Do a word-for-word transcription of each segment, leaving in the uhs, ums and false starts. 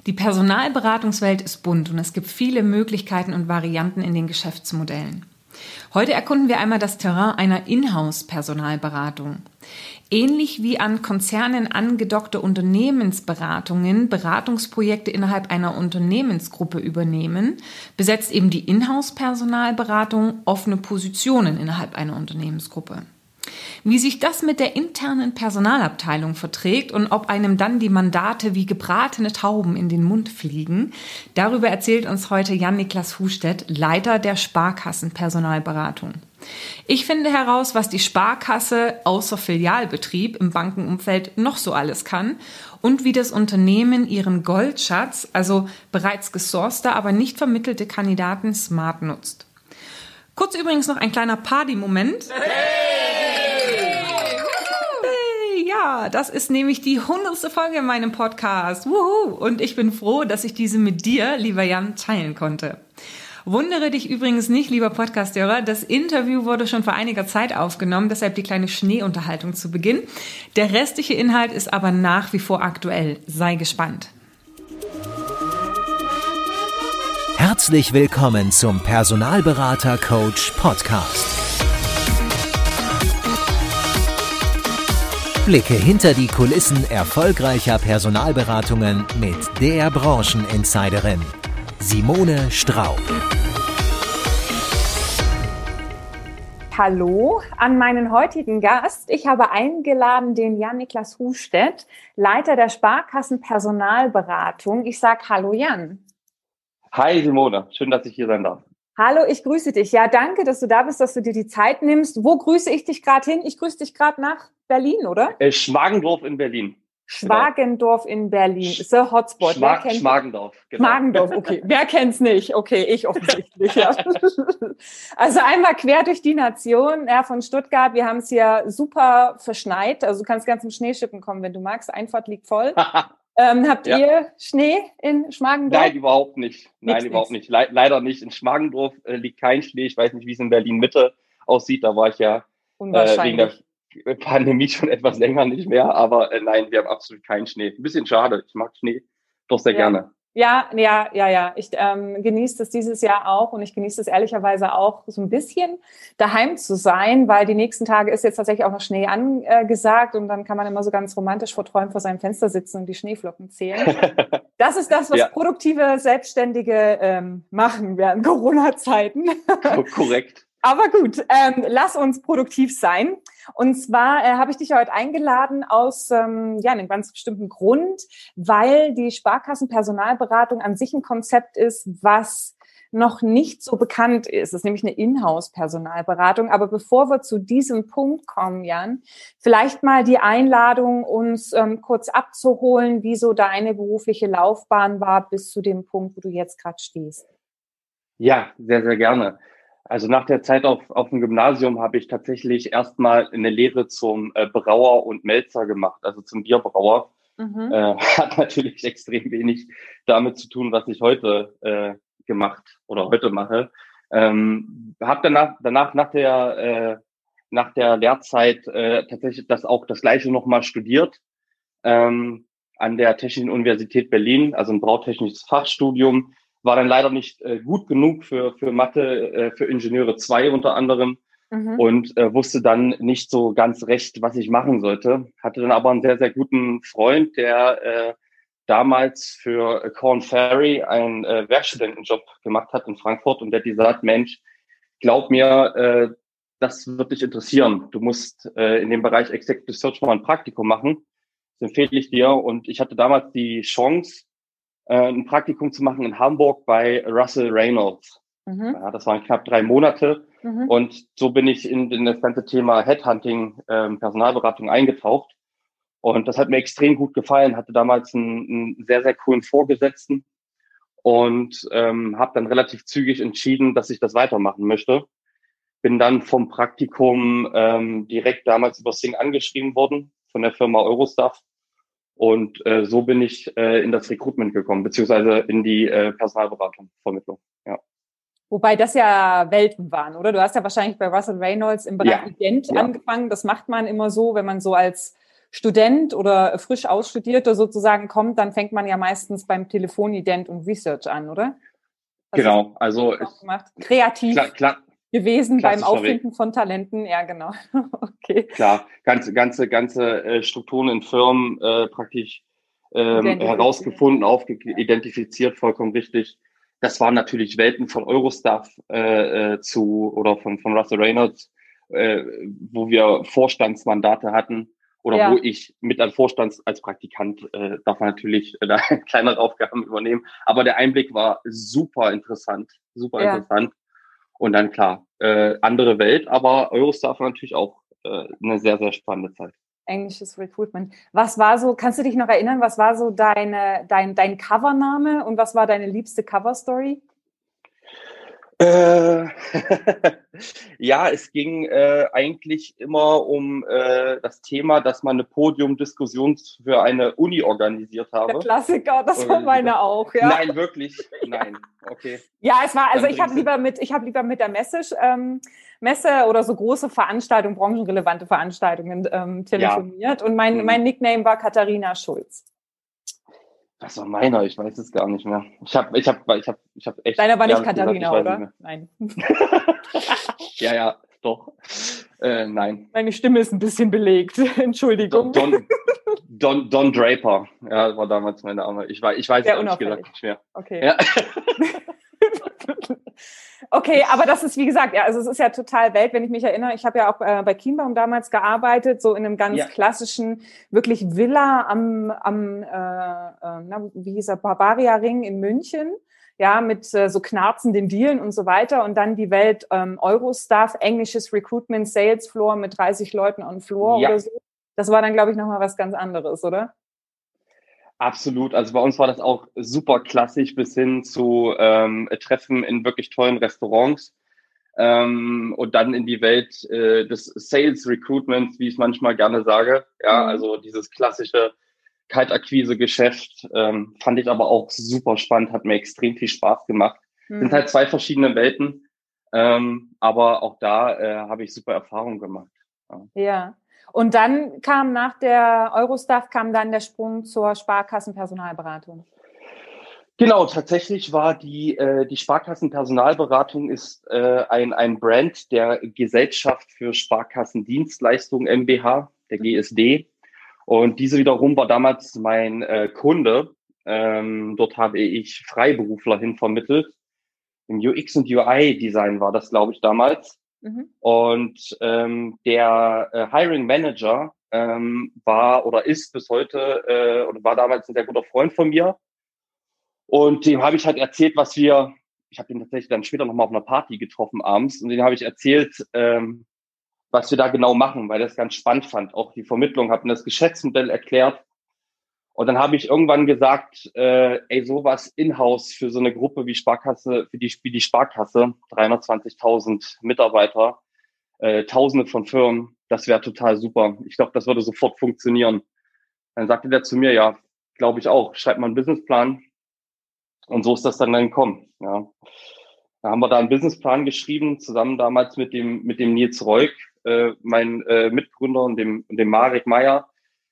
Die Personalberatungswelt ist bunt und es gibt viele Möglichkeiten und Varianten in den Geschäftsmodellen. Heute erkunden wir einmal das Terrain einer Inhouse-Personalberatung. Ähnlich wie an Konzernen angedockte Unternehmensberatungen Beratungsprojekte innerhalb einer Unternehmensgruppe übernehmen, besetzt eben die Inhouse-Personalberatung offene Positionen innerhalb einer Unternehmensgruppe. Wie sich das mit der internen Personalabteilung verträgt und ob einem dann die Mandate wie gebratene Tauben in den Mund fliegen, darüber erzählt uns heute Jan-Niklas Husted, Leiter der Sparkassenpersonalberatung. Ich finde heraus, was die Sparkasse außer Filialbetrieb im Bankenumfeld noch so alles kann und wie das Unternehmen ihren Goldschatz, also bereits gesourcete, aber nicht vermittelte Kandidaten smart nutzt. Kurz übrigens noch ein kleiner Party-Moment. Ja, das ist nämlich die hundertste Folge in meinem Podcast. Wuhu! Und ich bin froh, dass ich diese mit dir, lieber Jan, teilen konnte. Wundere dich übrigens nicht, lieber Podcast-Hörer, das Interview wurde schon vor einiger Zeit aufgenommen, deshalb die kleine Schneeunterhaltung zu Beginn. Der restliche Inhalt ist aber nach wie vor aktuell. Sei gespannt. Herzlich willkommen zum Personalberater Coach Podcast. Blicke hinter die Kulissen erfolgreicher Personalberatungen mit der Brancheninsiderin Simone Straub. Hallo an meinen heutigen Gast. Ich habe eingeladen den Jan-Niklas Husted, Leiter der Sparkassenpersonalberatung. Ich sage Hallo Jan. Hi Simone, schön, dass ich hier sein darf. Hallo, ich grüße dich. Ja, danke, dass du da bist, dass du dir die Zeit nimmst. Wo grüße ich dich gerade hin? Ich grüße dich gerade nach Berlin, oder? Äh, Schmargendorf in Berlin. Schmargendorf in Berlin. Ist der Hotspot. Schma- Wer kennt Schmargendorf. Genau. Schmargendorf, okay. Wer kennt's nicht? Okay, ich offensichtlich, ja. Also einmal quer durch die Nation, ja, von Stuttgart. Wir haben es hier super verschneit. Also du kannst ganz im Schneeschippen kommen, wenn du magst. Einfahrt liegt voll. Ähm, habt ja. ihr Schnee in Schmargendorf? Nein, überhaupt nicht. Nein, nix, überhaupt nix. nicht. Le- leider nicht. In Schmargendorf äh, liegt kein Schnee. Ich weiß nicht, wie es in Berlin-Mitte aussieht. Da war ich ja äh, wegen der Pandemie schon etwas länger nicht mehr. Aber äh, nein, wir haben absolut keinen Schnee. Ein bisschen schade. Ich mag Schnee doch sehr ja. gerne. Ja, ja, ja, ja. Ich ähm, genieße das dieses Jahr auch und ich genieße es ehrlicherweise auch so ein bisschen daheim zu sein, weil die nächsten Tage ist jetzt tatsächlich auch noch Schnee angesagt und dann kann man immer so ganz romantisch verträumt vor seinem Fenster sitzen und die Schneeflocken zählen. Das ist das, was ja. produktive Selbstständige ähm, machen während Corona-Zeiten. Korrekt. Aber gut, ähm, lass uns produktiv sein. Und zwar äh, habe ich dich heute eingeladen aus ähm, ja einem ganz bestimmten Grund, weil die Sparkassenpersonalberatung an sich ein Konzept ist, was noch nicht so bekannt ist. Das ist nämlich eine Inhouse-Personalberatung. Aber bevor wir zu diesem Punkt kommen, Jan, vielleicht mal die Einladung, uns ähm, kurz abzuholen, wie so deine berufliche Laufbahn war bis zu dem Punkt, wo du jetzt gerade stehst. Ja, sehr, sehr gerne. Also nach der Zeit auf, auf dem Gymnasium habe ich tatsächlich erstmal eine Lehre zum äh, Brauer und Melzer gemacht, also zum Bierbrauer. Mhm. Äh, hat natürlich extrem wenig damit zu tun, was ich heute äh, gemacht oder heute mache. Ähm, habe danach, danach nach der äh, nach der Lehrzeit äh, tatsächlich das auch das Gleiche nochmal studiert ähm, an der Technischen Universität Berlin, also ein brautechnisches Fachstudium. War dann leider nicht äh, gut genug für für Mathe, äh, für Ingenieure zwei unter anderem mhm. und äh, wusste dann nicht so ganz recht, was ich machen sollte. Hatte dann aber einen sehr, sehr guten Freund, der äh, damals für Korn Ferry einen äh, Werkstudentenjob gemacht hat in Frankfurt und der hat gesagt, Mensch, glaub mir, äh, das wird dich interessieren. Du musst äh, in dem Bereich Executive Search mal ein Praktikum machen. Das empfehle ich dir. Und ich hatte damals die Chance, ein Praktikum zu machen in Hamburg bei Russell Reynolds. Mhm. Ja, das waren knapp drei Monate. Mhm. Und so bin ich in, in das ganze Thema Headhunting, ähm, Personalberatung eingetaucht. Und das hat mir extrem gut gefallen. Hatte damals einen, einen sehr, sehr coolen Vorgesetzten und ähm, habe dann relativ zügig entschieden, dass ich das weitermachen möchte. Bin dann vom Praktikum ähm, direkt damals über Xing angeschrieben worden von der Firma Eurostaff. Und äh, so bin ich äh, in das Recruitment gekommen, beziehungsweise in die äh, Personalberatung, Vermittlung. Ja. Wobei das ja Welten waren, oder? Du hast ja wahrscheinlich bei Russell Reynolds im Bereich ja. Ident ja. angefangen. Das macht man immer so, wenn man so als Student oder frisch Ausstudierter sozusagen kommt, dann fängt man ja meistens beim Telefonident und Research an, oder? Was genau, also ist gemacht? Kreativ klar, klar, gewesen beim Auffinden Weg. Von Talenten, ja genau. Okay. Klar, ganze, ganze, ganze äh, Strukturen in Firmen äh, praktisch ähm, herausgefunden, aufgeidentifiziert, vollkommen richtig. Das waren natürlich Welten von Eurostaff äh, äh, zu oder von, von Russell Reynolds, äh, wo wir Vorstandsmandate hatten oder ja. wo ich mit einem Vorstand als Praktikant äh, darf man natürlich äh, da kleinere Aufgaben übernehmen. Aber der Einblick war super interessant, super ja. interessant. Und dann klar, äh, andere Welt, aber Eurostaff war natürlich auch äh, eine sehr, sehr spannende Zeit. Englisches Recruitment. Was war so, kannst du dich noch erinnern, was war so deine, dein, dein Covername und was war deine liebste Coverstory? Äh, ja, es ging äh, eigentlich immer um äh, das Thema, dass man eine Podiumdiskussion für eine Uni organisiert habe. Der Klassiker, das war meine auch, ja. Nein, wirklich? Nein, okay. Ja, es war, also Dann ich habe lieber mit, ich habe lieber mit der Messe, ähm, Messe oder so große Veranstaltungen, branchenrelevante Veranstaltungen ähm, telefoniert ja. und mein, mhm. mein Nickname war Katharina Schulz. Das war meiner, ich weiß es gar nicht mehr. Ich habe ich hab, ich hab, ich hab echt... Deiner war nicht Katharina, gesagt, oder? Nein. ja, ja, doch. Äh, nein. Meine Stimme ist ein bisschen belegt, Entschuldigung. Don, Don, Don Draper, ja, war damals meine Name. Ich, ich weiß es ehrlich gesagt nicht mehr. Okay. Ja. Okay, aber das ist, wie gesagt, ja, also es ist ja total Welt, wenn ich mich erinnere. Ich habe ja auch äh, bei Kienbaum damals gearbeitet, so in einem ganz ja. klassischen, wirklich Villa am, am äh, äh, na, wie hieß er, Bavaria-Ring in München, ja, mit äh, so knarzenden Dielen und so weiter. Und dann die Welt ähm, Eurostaff, englisches Recruitment, Sales Floor mit dreißig Leuten on Floor ja. oder so. Das war dann, glaube ich, nochmal was ganz anderes, oder? Absolut. Also bei uns war das auch super klassisch bis hin zu ähm, Treffen in wirklich tollen Restaurants ähm, und dann in die Welt äh, des Sales Recruitments, wie ich es manchmal gerne sage. Ja, mhm. also dieses klassische Kaltakquise-Geschäft ähm, fand ich aber auch super spannend, hat mir extrem viel Spaß gemacht. Mhm. Sind halt zwei verschiedene Welten, ähm, aber auch da äh, habe ich super Erfahrungen gemacht. Ja. ja. Und dann kam nach der Eurostaff kam dann der Sprung zur Sparkassenpersonalberatung. Genau, tatsächlich war die äh, die Sparkassenpersonalberatung ist äh, ein ein Brand der Gesellschaft für Sparkassendienstleistungen M B H, der G S D. Und diese wiederum war damals mein äh, Kunde. Ähm, dort habe ich Freiberufler hin vermittelt. Im U X und U I-Design war das, glaube ich, damals. Mhm. Und ähm, der äh, Hiring Manager ähm, war oder ist bis heute äh, oder war damals ein sehr guter Freund von mir. Und dem habe ich halt erzählt, was wir, ich habe ihn tatsächlich dann später nochmal auf einer Party getroffen abends und dem habe ich erzählt, ähm, was wir da genau machen, weil er das ganz spannend fand. Auch die Vermittlung, habe ihm das Geschäftsmodell erklärt. Und dann habe ich irgendwann gesagt, äh, ey, sowas in-house für so eine Gruppe wie Sparkasse, für die, wie die Sparkasse, dreihundertzwanzigtausend Mitarbeiter, äh, Tausende von Firmen, das wäre total super. Ich glaube, das würde sofort funktionieren. Dann sagte der zu mir, ja, glaube ich auch, schreib mal einen Businessplan. Und so ist das dann dann gekommen. Ja. Da haben wir da einen Businessplan geschrieben, zusammen damals mit dem mit dem Nils Reuk, äh, mein äh, Mitgründer und dem, und dem Marek Meyer.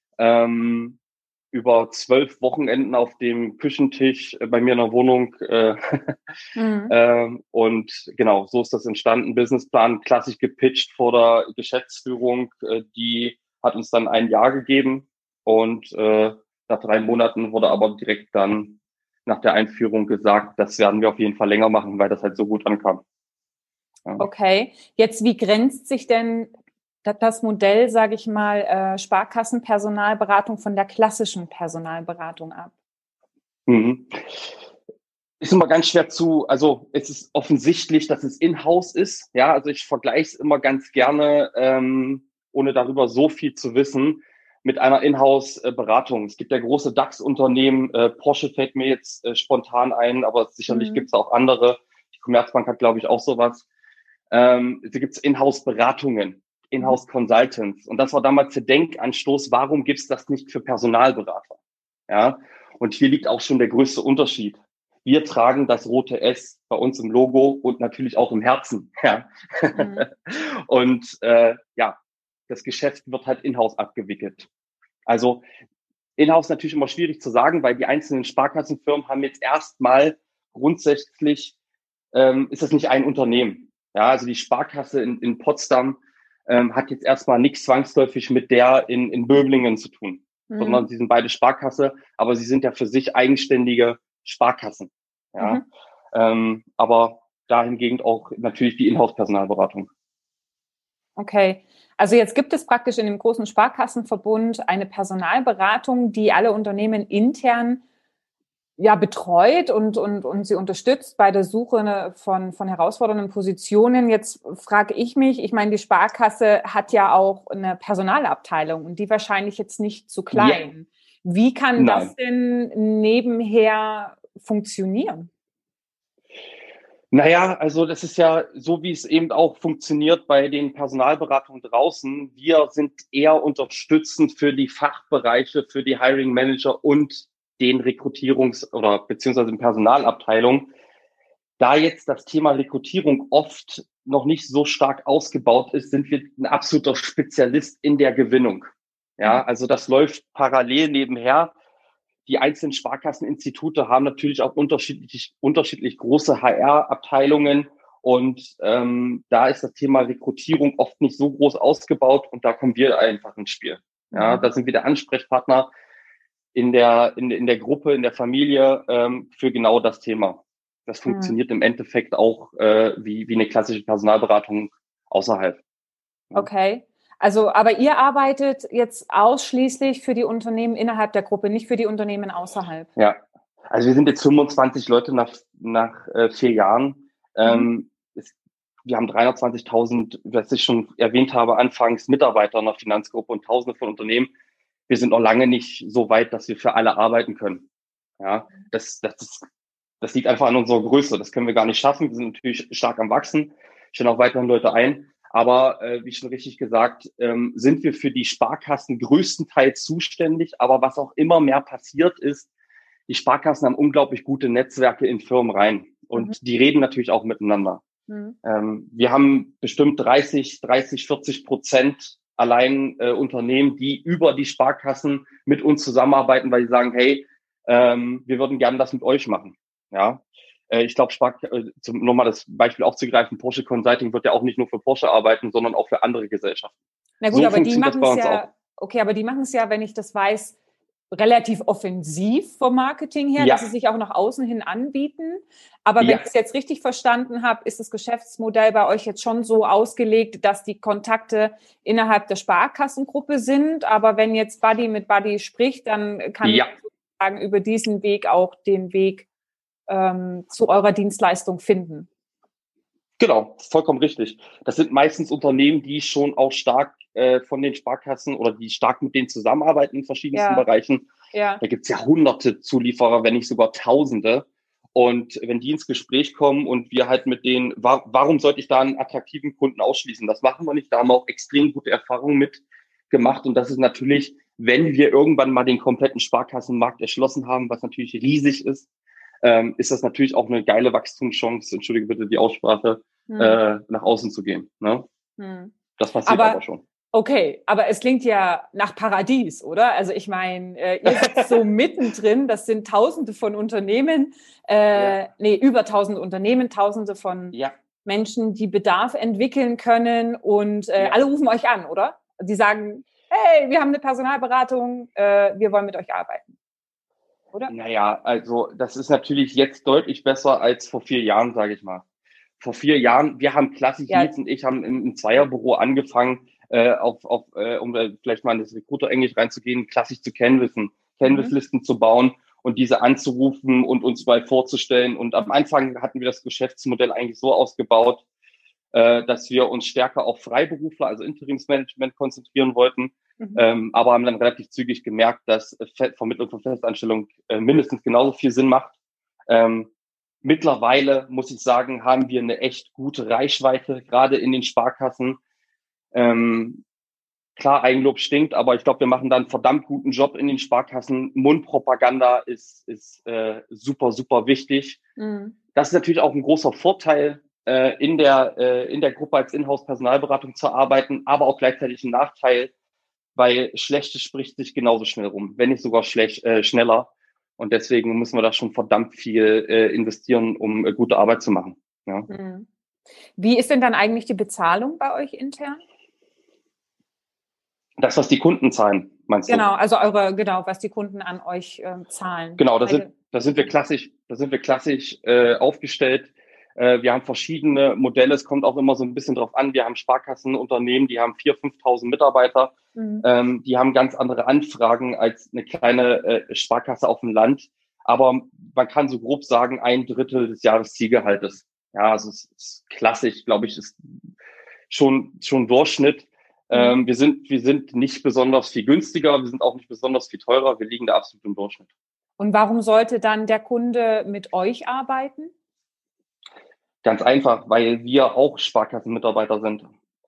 Ähm, über zwölf Wochenenden auf dem Küchentisch äh, bei mir in der Wohnung. Äh, mhm. ähm, und genau, so ist das entstanden. Businessplan, klassisch gepitcht vor der Geschäftsführung. Äh, die hat uns dann ein Jahr gegeben. Und äh, nach drei Monaten wurde aber direkt dann nach der Einführung gesagt, das werden wir auf jeden Fall länger machen, weil das halt so gut ankam. Ja. Okay, jetzt wie grenzt sich denn das Modell, sage ich mal, äh, Sparkassenpersonalberatung von der klassischen Personalberatung ab? Mhm. Ist immer ganz schwer zu, also es ist offensichtlich, dass es in-house ist. Ja, also ich vergleiche es immer ganz gerne, ähm, ohne darüber so viel zu wissen, mit einer Inhouse-Beratung. Es gibt ja große DAX-Unternehmen, äh, Porsche fällt mir jetzt äh, spontan ein, aber sicherlich mhm. gibt es auch andere. Die Commerzbank hat, glaube ich, auch sowas. Ähm, da gibt es Inhouse-Beratungen, Inhouse-Consultants. Und das war damals der Denkanstoß, warum gibt es das nicht für Personalberater? Ja, und hier liegt auch schon der größte Unterschied. Wir tragen das rote S bei uns im Logo und natürlich auch im Herzen. Ja. Mhm. Und äh, ja, das Geschäft wird halt in-house abgewickelt. Also Inhouse natürlich immer schwierig zu sagen, weil die einzelnen Sparkassenfirmen haben jetzt erstmal grundsätzlich, ähm, ist das nicht ein Unternehmen. Ja, also die Sparkasse in, in Potsdam ähm, hat jetzt erstmal nichts zwangsläufig mit der in, in Böblingen zu tun, mhm. sondern sie sind beide Sparkasse, aber sie sind ja für sich eigenständige Sparkassen. Ja, mhm. ähm, aber dahingehend auch natürlich die Inhouse-Personalberatung. Okay, also jetzt gibt es praktisch in dem großen Sparkassenverbund eine Personalberatung, die alle Unternehmen intern ja betreut und und und sie unterstützt bei der Suche von von herausfordernden Positionen. Jetzt frage ich mich, ich meine, die Sparkasse hat ja auch eine Personalabteilung und die wahrscheinlich jetzt nicht zu klein. Ja. Wie kann Nein. das denn nebenher funktionieren? Naja, also das ist ja so, wie es eben auch funktioniert bei den Personalberatungen draußen. Wir sind eher unterstützend für die Fachbereiche, für die Hiring Manager und den Rekrutierungs- oder beziehungsweise Personalabteilung. Da jetzt das Thema Rekrutierung oft noch nicht so stark ausgebaut ist, sind wir ein absoluter Spezialist in der Gewinnung. Ja, also das läuft parallel nebenher. Die einzelnen Sparkasseninstitute haben natürlich auch unterschiedlich, unterschiedlich große H R-Abteilungen und ähm, da ist das Thema Rekrutierung oft nicht so groß ausgebaut und da kommen wir einfach ins Spiel. Ja, da sind wir der Ansprechpartner in der in, in der Gruppe, in der Familie ähm, für genau das Thema. Das funktioniert mhm. im Endeffekt auch äh, wie wie eine klassische Personalberatung außerhalb. Ja. Okay. Also, aber ihr arbeitet jetzt ausschließlich für die Unternehmen innerhalb der Gruppe, nicht für die Unternehmen außerhalb. Ja, also wir sind jetzt fünfundzwanzig Leute nach nach äh, vier Jahren. Mhm. Ähm, es, wir haben dreihundertzwanzigtausend, was ich schon erwähnt habe, anfangs Mitarbeiter in der Finanzgruppe und Tausende von Unternehmen. Wir sind noch lange nicht so weit, dass wir für alle arbeiten können. Ja, das das ist, das liegt einfach an unserer Größe. Das können wir gar nicht schaffen. Wir sind natürlich stark am Wachsen, stellen auch weiterhin Leute ein. Aber äh, wie schon richtig gesagt, ähm, sind wir für die Sparkassen größtenteils zuständig. Aber was auch immer mehr passiert ist, die Sparkassen haben unglaublich gute Netzwerke in Firmen rein. Und mhm. die reden natürlich auch miteinander. Mhm. Ähm, wir haben bestimmt dreißig, dreißig, vierzig Prozent allein äh, Unternehmen, die über die Sparkassen mit uns zusammenarbeiten, weil sie sagen, hey, ähm, wir würden gerne das mit euch machen. Ja. Ich glaube, Spark, um nochmal das Beispiel aufzugreifen, Porsche Consulting wird ja auch nicht nur für Porsche arbeiten, sondern auch für andere Gesellschaften. Na gut, so aber die machen es ja, auch. okay, aber die machen es ja, wenn ich das weiß, relativ offensiv vom Marketing her, ja. dass sie sich auch nach außen hin anbieten. Aber wenn ja. ich es jetzt richtig verstanden habe, ist das Geschäftsmodell bei euch jetzt schon so ausgelegt, dass die Kontakte innerhalb der Sparkassengruppe sind. Aber wenn jetzt Buddy mit Buddy spricht, dann kann ja. ich sozusagen über diesen Weg auch den Weg ähm, zu eurer Dienstleistung finden. Genau, vollkommen richtig. Das sind meistens Unternehmen, die schon auch stark äh, von den Sparkassen oder die stark mit denen zusammenarbeiten in verschiedensten ja. Bereichen. Ja. Da gibt's ja hunderte Zulieferer, wenn nicht sogar Tausende. Und wenn die ins Gespräch kommen und wir halt mit denen, wa- warum sollte ich da einen attraktiven Kunden ausschließen? Das machen wir nicht. Da haben wir auch extrem gute Erfahrungen mit gemacht. Und das ist natürlich, wenn wir irgendwann mal den kompletten Sparkassenmarkt erschlossen haben, was natürlich riesig ist, ähm, ist das natürlich auch eine geile Wachstumschance, entschuldige bitte die Aussprache, hm. äh, nach außen zu gehen. Ne? Hm. Das passiert aber, aber schon. Okay, aber es klingt ja nach Paradies, oder? Also ich meine, äh, ihr sitzt so mittendrin, das sind Tausende von Unternehmen, äh, ja. nee, über Tausende Unternehmen, Tausende von ja. Menschen, die Bedarf entwickeln können und äh, ja. alle rufen euch an, oder? Die sagen, hey, wir haben eine Personalberatung, äh, wir wollen mit euch arbeiten. Oder? Naja, also das ist natürlich jetzt deutlich besser als vor vier Jahren, sage ich mal. Vor vier Jahren, wir haben klassisch, ja. Nils und ich haben im, im Zweierbüro angefangen, äh, auf, auf, äh, um äh, vielleicht mal in das Recruiter-Englisch reinzugehen, klassisch zu canvassen, Canvas-Listen mhm. zu bauen und diese anzurufen und uns mal vorzustellen. Und am Anfang hatten wir das Geschäftsmodell eigentlich so ausgebaut, äh, dass wir uns stärker auf Freiberufler, also Interimsmanagement konzentrieren wollten. Mhm. Ähm, aber haben dann relativ zügig gemerkt, dass Fe- Vermittlung von Festanstellung äh, mindestens genauso viel Sinn macht. Ähm, mittlerweile, muss ich sagen, haben wir eine echt gute Reichweite, gerade in den Sparkassen. Ähm, klar, Eigenlob stinkt, aber ich glaube, wir machen da einen verdammt guten Job in den Sparkassen. Mundpropaganda ist, ist äh, super, super wichtig. Mhm. Das ist natürlich auch ein großer Vorteil, äh, in der, äh, in der Gruppe als Inhouse-Personalberatung zu arbeiten, aber auch gleichzeitig ein Nachteil, weil Schlechtes spricht sich genauso schnell rum, wenn nicht sogar schlecht, äh, schneller. Und deswegen müssen wir da schon verdammt viel äh, investieren, um äh, gute Arbeit zu machen. Ja. Wie ist denn dann eigentlich die Bezahlung bei euch intern? Das, was die Kunden zahlen, meinst du? Genau, also eure, genau, was die Kunden an euch äh, zahlen. Genau, da sind, da sind wir klassisch, da sind wir klassisch äh, aufgestellt. Äh, wir haben verschiedene Modelle. Es kommt auch immer so ein bisschen drauf an. Wir haben Sparkassenunternehmen, die haben viertausend, fünftausend Mitarbeiter. Mhm. Ähm, die haben ganz andere Anfragen als eine kleine äh, Sparkasse auf dem Land. Aber man kann so grob sagen, ein Drittel des Jahreszielgehaltes. Ja, also es ist klassisch, glaube ich, ist schon, schon Durchschnitt. Ähm, wir sind, wir sind nicht besonders viel günstiger, wir sind auch nicht besonders viel teurer, wir liegen da absolut im Durchschnitt. Und warum sollte dann der Kunde mit euch arbeiten? Ganz einfach, weil wir auch Sparkassenmitarbeiter sind.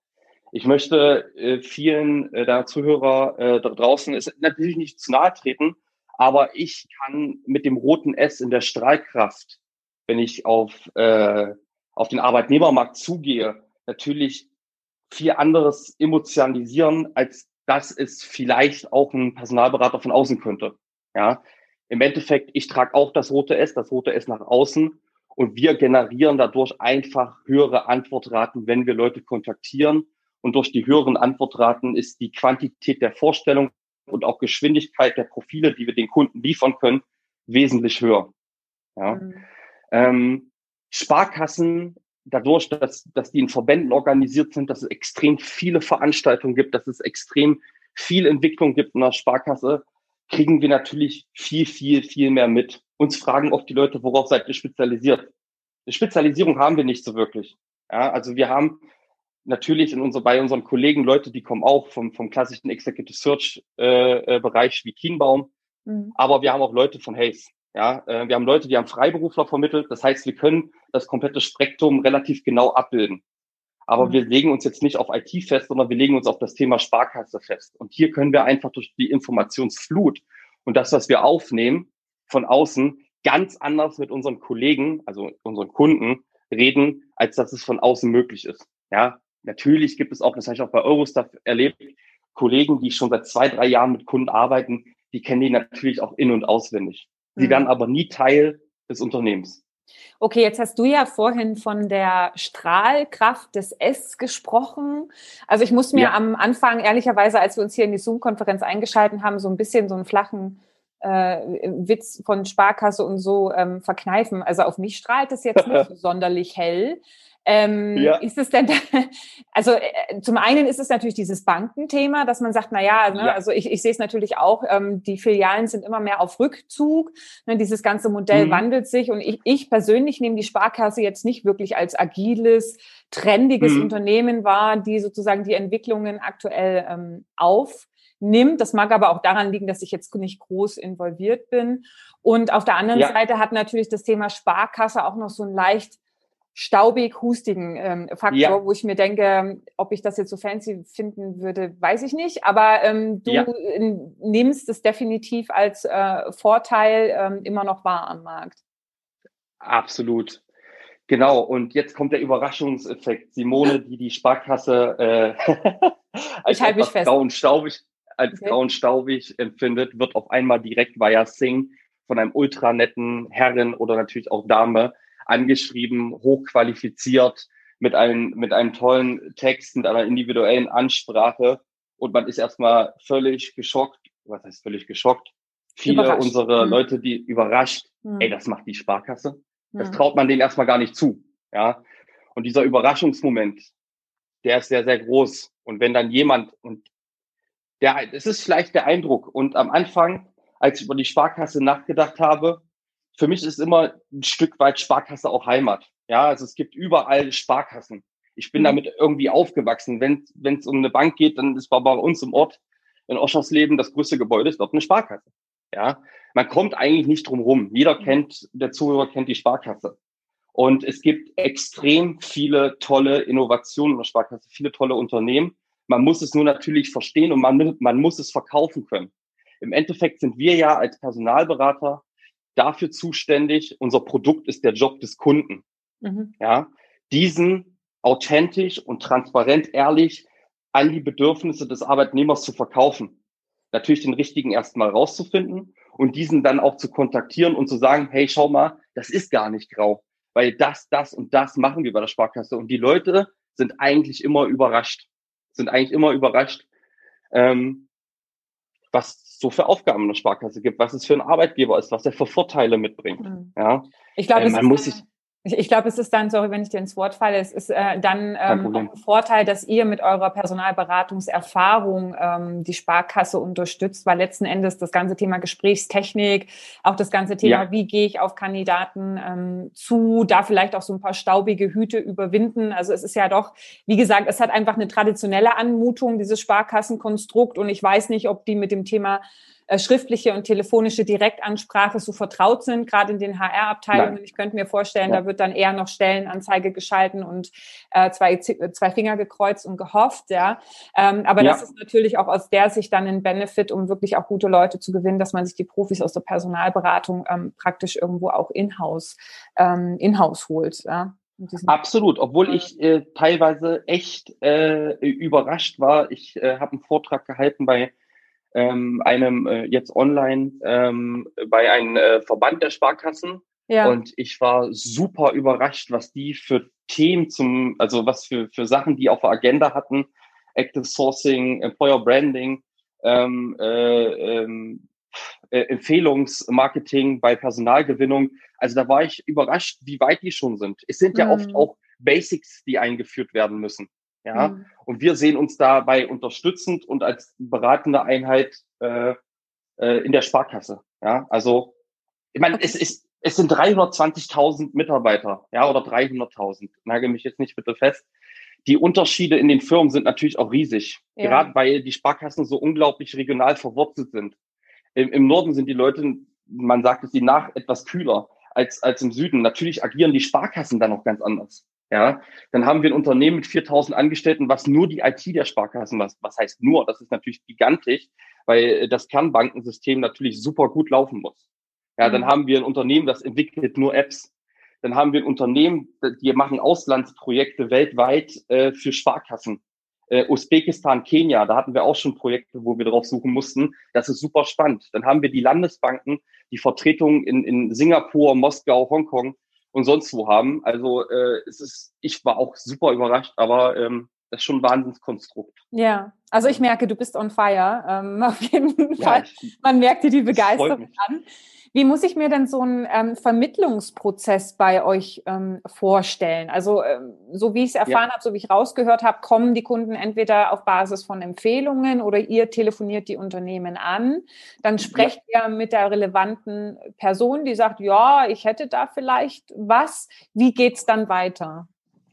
Ich möchte äh, vielen äh, der Zuhörer äh, da draußen ist natürlich nicht zu nahe treten, aber ich kann mit dem roten S in der Strahlkraft, wenn ich auf, äh, auf den Arbeitnehmermarkt zugehe, natürlich viel anderes emotionalisieren, als dass es vielleicht auch ein Personalberater von außen könnte. Ja, im Endeffekt, ich trage auch das rote S, das rote S nach außen und wir generieren dadurch einfach höhere Antwortraten, wenn wir Leute kontaktieren. Und durch die höheren Antwortraten ist die Quantität der Vorstellung und auch Geschwindigkeit der Profile, die wir den Kunden liefern können, wesentlich höher. Ja. Mhm. Ähm, Sparkassen, dadurch, dass, dass die in Verbänden organisiert sind, dass es extrem viele Veranstaltungen gibt, dass es extrem viel Entwicklung gibt in der Sparkasse, kriegen wir natürlich viel, viel, viel mehr mit. Uns fragen oft die Leute, worauf seid ihr spezialisiert? Eine Spezialisierung haben wir nicht so wirklich. Ja, also wir haben natürlich in unser, bei unseren Kollegen Leute, die kommen auch vom, vom klassischen Executive Search äh, Bereich wie Kienbaum, mhm. aber wir haben auch Leute von Hayes. Ja, äh, wir haben Leute, die haben Freiberufler vermittelt. Das heißt, wir können das komplette Spektrum relativ genau abbilden. Aber mhm. wir legen uns jetzt nicht auf I T fest, sondern wir legen uns auf das Thema Sparkasse fest. Und hier können wir einfach durch die Informationsflut und das, was wir aufnehmen von außen, ganz anders mit unseren Kollegen, also unseren Kunden, reden, als dass es von außen möglich ist. Ja, natürlich gibt es auch, das habe ich auch bei Eurostar erlebt, Kollegen, die schon seit zwei, drei Jahren mit Kunden arbeiten, die kennen die natürlich auch in- und auswendig. Sie mhm. werden aber nie Teil des Unternehmens. Okay, jetzt hast du ja vorhin von der Strahlkraft des S gesprochen. Also ich muss mir ja. am Anfang, ehrlicherweise, als wir uns hier in die Zoom-Konferenz eingeschalten haben, so ein bisschen so einen flachen äh, Witz von Sparkasse und so ähm, verkneifen. Also auf mich strahlt es jetzt nicht sonderlich hell. Ähm, ja. Ist es denn, da, also äh, zum einen ist es natürlich dieses Bankenthema, dass man sagt, na ja, ne, ja. also ich, ich sehe es natürlich auch, ähm, die Filialen sind immer mehr auf Rückzug, ne, dieses ganze Modell mhm. wandelt sich und ich, ich persönlich nehme die Sparkasse jetzt nicht wirklich als agiles, trendiges mhm. Unternehmen wahr, die sozusagen die Entwicklungen aktuell ähm, aufnimmt. Das mag aber auch daran liegen, dass ich jetzt nicht groß involviert bin. Und auf der anderen ja. Seite hat natürlich das Thema Sparkasse auch noch so ein leicht staubig-hustigen ähm, Faktor, ja. wo ich mir denke, ob ich das jetzt so fancy finden würde, weiß ich nicht. Aber ähm, du ja. nimmst es definitiv als äh, Vorteil ähm, immer noch wahr am Markt. Absolut. Genau. Und jetzt kommt der Überraschungseffekt. Simone, die die Sparkasse äh, als ich etwas grau und staubig, als okay. grau und staubig empfindet, wird auf einmal direkt via Sing von einem ultra netten Herren oder natürlich auch Dame angeschrieben, hochqualifiziert, mit einem, mit einem tollen Text, mit einer individuellen Ansprache und man ist erstmal völlig geschockt. Was heißt völlig geschockt? Viele überrascht. unserer hm. Leute, die überrascht, hm. ey, das macht die Sparkasse. Hm. Das traut man denen erstmal gar nicht zu. Ja. Und dieser Überraschungsmoment, der ist sehr, sehr groß. Und wenn dann jemand, und der, es ist vielleicht der Eindruck, und am Anfang, als ich über die Sparkasse nachgedacht habe, für mich ist immer ein Stück weit Sparkasse auch Heimat. Ja, also es gibt überall Sparkassen. Ich bin mhm. damit irgendwie aufgewachsen. Wenn wenn es um eine Bank geht, dann ist bei uns im Ort in Oschersleben das größte Gebäude ist dort eine Sparkasse. Ja, man kommt eigentlich nicht drum rum. Jeder mhm. kennt, der Zuhörer kennt die Sparkasse. Und es gibt extrem viele tolle Innovationen in der Sparkasse, viele tolle Unternehmen. Man muss es nur natürlich verstehen und man man muss es verkaufen können. Im Endeffekt sind wir ja als Personalberater dafür zuständig, unser Produkt ist der Job des Kunden. Mhm. Ja, diesen authentisch und transparent, ehrlich an die Bedürfnisse des Arbeitnehmers zu verkaufen. Natürlich den richtigen erstmal rauszufinden und diesen dann auch zu kontaktieren und zu sagen, hey, schau mal, das ist gar nicht grau, weil das, das und das machen wir bei der Sparkasse. Und die Leute sind eigentlich immer überrascht, sind eigentlich immer überrascht, ähm, was so für Aufgaben in der Sparkasse gibt, was es für ein Arbeitgeber ist, was er für Vorteile mitbringt. Mhm. Ja, ich glaube, äh, man muss sich Ich, ich glaube, es ist dann, sorry, wenn ich dir ins Wort falle, es ist äh, dann ähm, ein Vorteil, dass ihr mit eurer Personalberatungserfahrung ähm, die Sparkasse unterstützt, weil letzten Endes das ganze Thema Gesprächstechnik, auch das ganze Thema, ja. wie gehe ich auf Kandidaten ähm, zu, da vielleicht auch so ein paar staubige Hüte überwinden. Also es ist ja doch, wie gesagt, es hat einfach eine traditionelle Anmutung, dieses Sparkassenkonstrukt, und ich weiß nicht, ob die mit dem Thema schriftliche und telefonische Direktansprache so vertraut sind, gerade in den H R-Abteilungen. Nein. Ich könnte mir vorstellen, ja. da wird dann eher noch Stellenanzeige geschalten und äh, zwei, zwei Finger gekreuzt und gehofft. Ja, ähm, Aber ja. das ist natürlich auch aus der Sicht dann ein Benefit, um wirklich auch gute Leute zu gewinnen, dass man sich die Profis aus der Personalberatung ähm, praktisch irgendwo auch in-house ähm, in-house holt. Ja. Absolut, obwohl ich äh, teilweise echt äh, überrascht war. Ich äh, habe einen Vortrag gehalten bei Ähm, einem äh, jetzt online ähm, bei einem äh, Verband der Sparkassen. Ja. Und ich war super überrascht, was die für Themen zum, also was für, für Sachen die auf der Agenda hatten. Active Sourcing, Employer Branding, ähm, äh, ähm, äh, Empfehlungsmarketing bei Personalgewinnung. Also da war ich überrascht, wie weit die schon sind. Es sind ja mhm. oft auch Basics, die eingeführt werden müssen. Ja, mhm. und wir sehen uns dabei unterstützend und als beratende Einheit äh, äh, in der Sparkasse. Ja, also ich meine, okay. es ist es sind dreihundertzwanzigtausend Mitarbeiter, ja, oder dreihunderttausend. Nagel mich jetzt nicht bitte fest. Die Unterschiede in den Firmen sind natürlich auch riesig, ja. gerade weil die Sparkassen so unglaublich regional verwurzelt sind. Im, Im Norden sind die Leute, man sagt es die nach, etwas kühler als als im Süden. Natürlich agieren die Sparkassen dann noch ganz anders. Ja, dann haben wir ein Unternehmen mit viertausend Angestellten, was nur die I T der Sparkassen, was, was heißt nur, das ist natürlich gigantisch, weil das Kernbankensystem natürlich super gut laufen muss. Ja, dann mhm. haben wir ein Unternehmen, das entwickelt nur Apps. Dann haben wir ein Unternehmen, die machen Auslandsprojekte weltweit äh, für Sparkassen. Äh, Usbekistan, Kenia, da hatten wir auch schon Projekte, wo wir drauf suchen mussten. Das ist super spannend. Dann haben wir die Landesbanken, die Vertretungen in, in Singapur, Moskau, Hongkong und sonst wo haben. Also äh, es ist, ich war auch super überrascht, aber ähm, das ist schon ein Wahnsinnskonstrukt. Ja, also ich merke, du bist on fire. Ähm, auf jeden ja, Fall. Ich, Man merkt dir die Begeisterung an. Wie muss ich mir denn so einen ähm, Vermittlungsprozess bei euch ähm, vorstellen? Also ähm, so wie ich es erfahren ja. habe, so wie ich rausgehört habe, kommen die Kunden entweder auf Basis von Empfehlungen oder ihr telefoniert die Unternehmen an. Dann sprecht ja. ihr mit der relevanten Person, die sagt, ja, ich hätte da vielleicht was. Wie geht's dann weiter?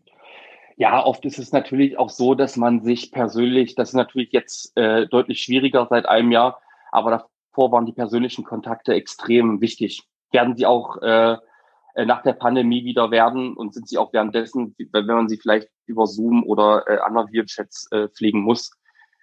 Ja, oft ist es natürlich auch so, dass man sich persönlich, das ist natürlich jetzt äh, deutlich schwieriger seit einem Jahr, aber davor waren die persönlichen Kontakte extrem wichtig. Werden sie auch äh, nach der Pandemie wieder werden und sind sie auch währenddessen, wenn man sie vielleicht über Zoom oder äh, andere Videochats äh, pflegen muss.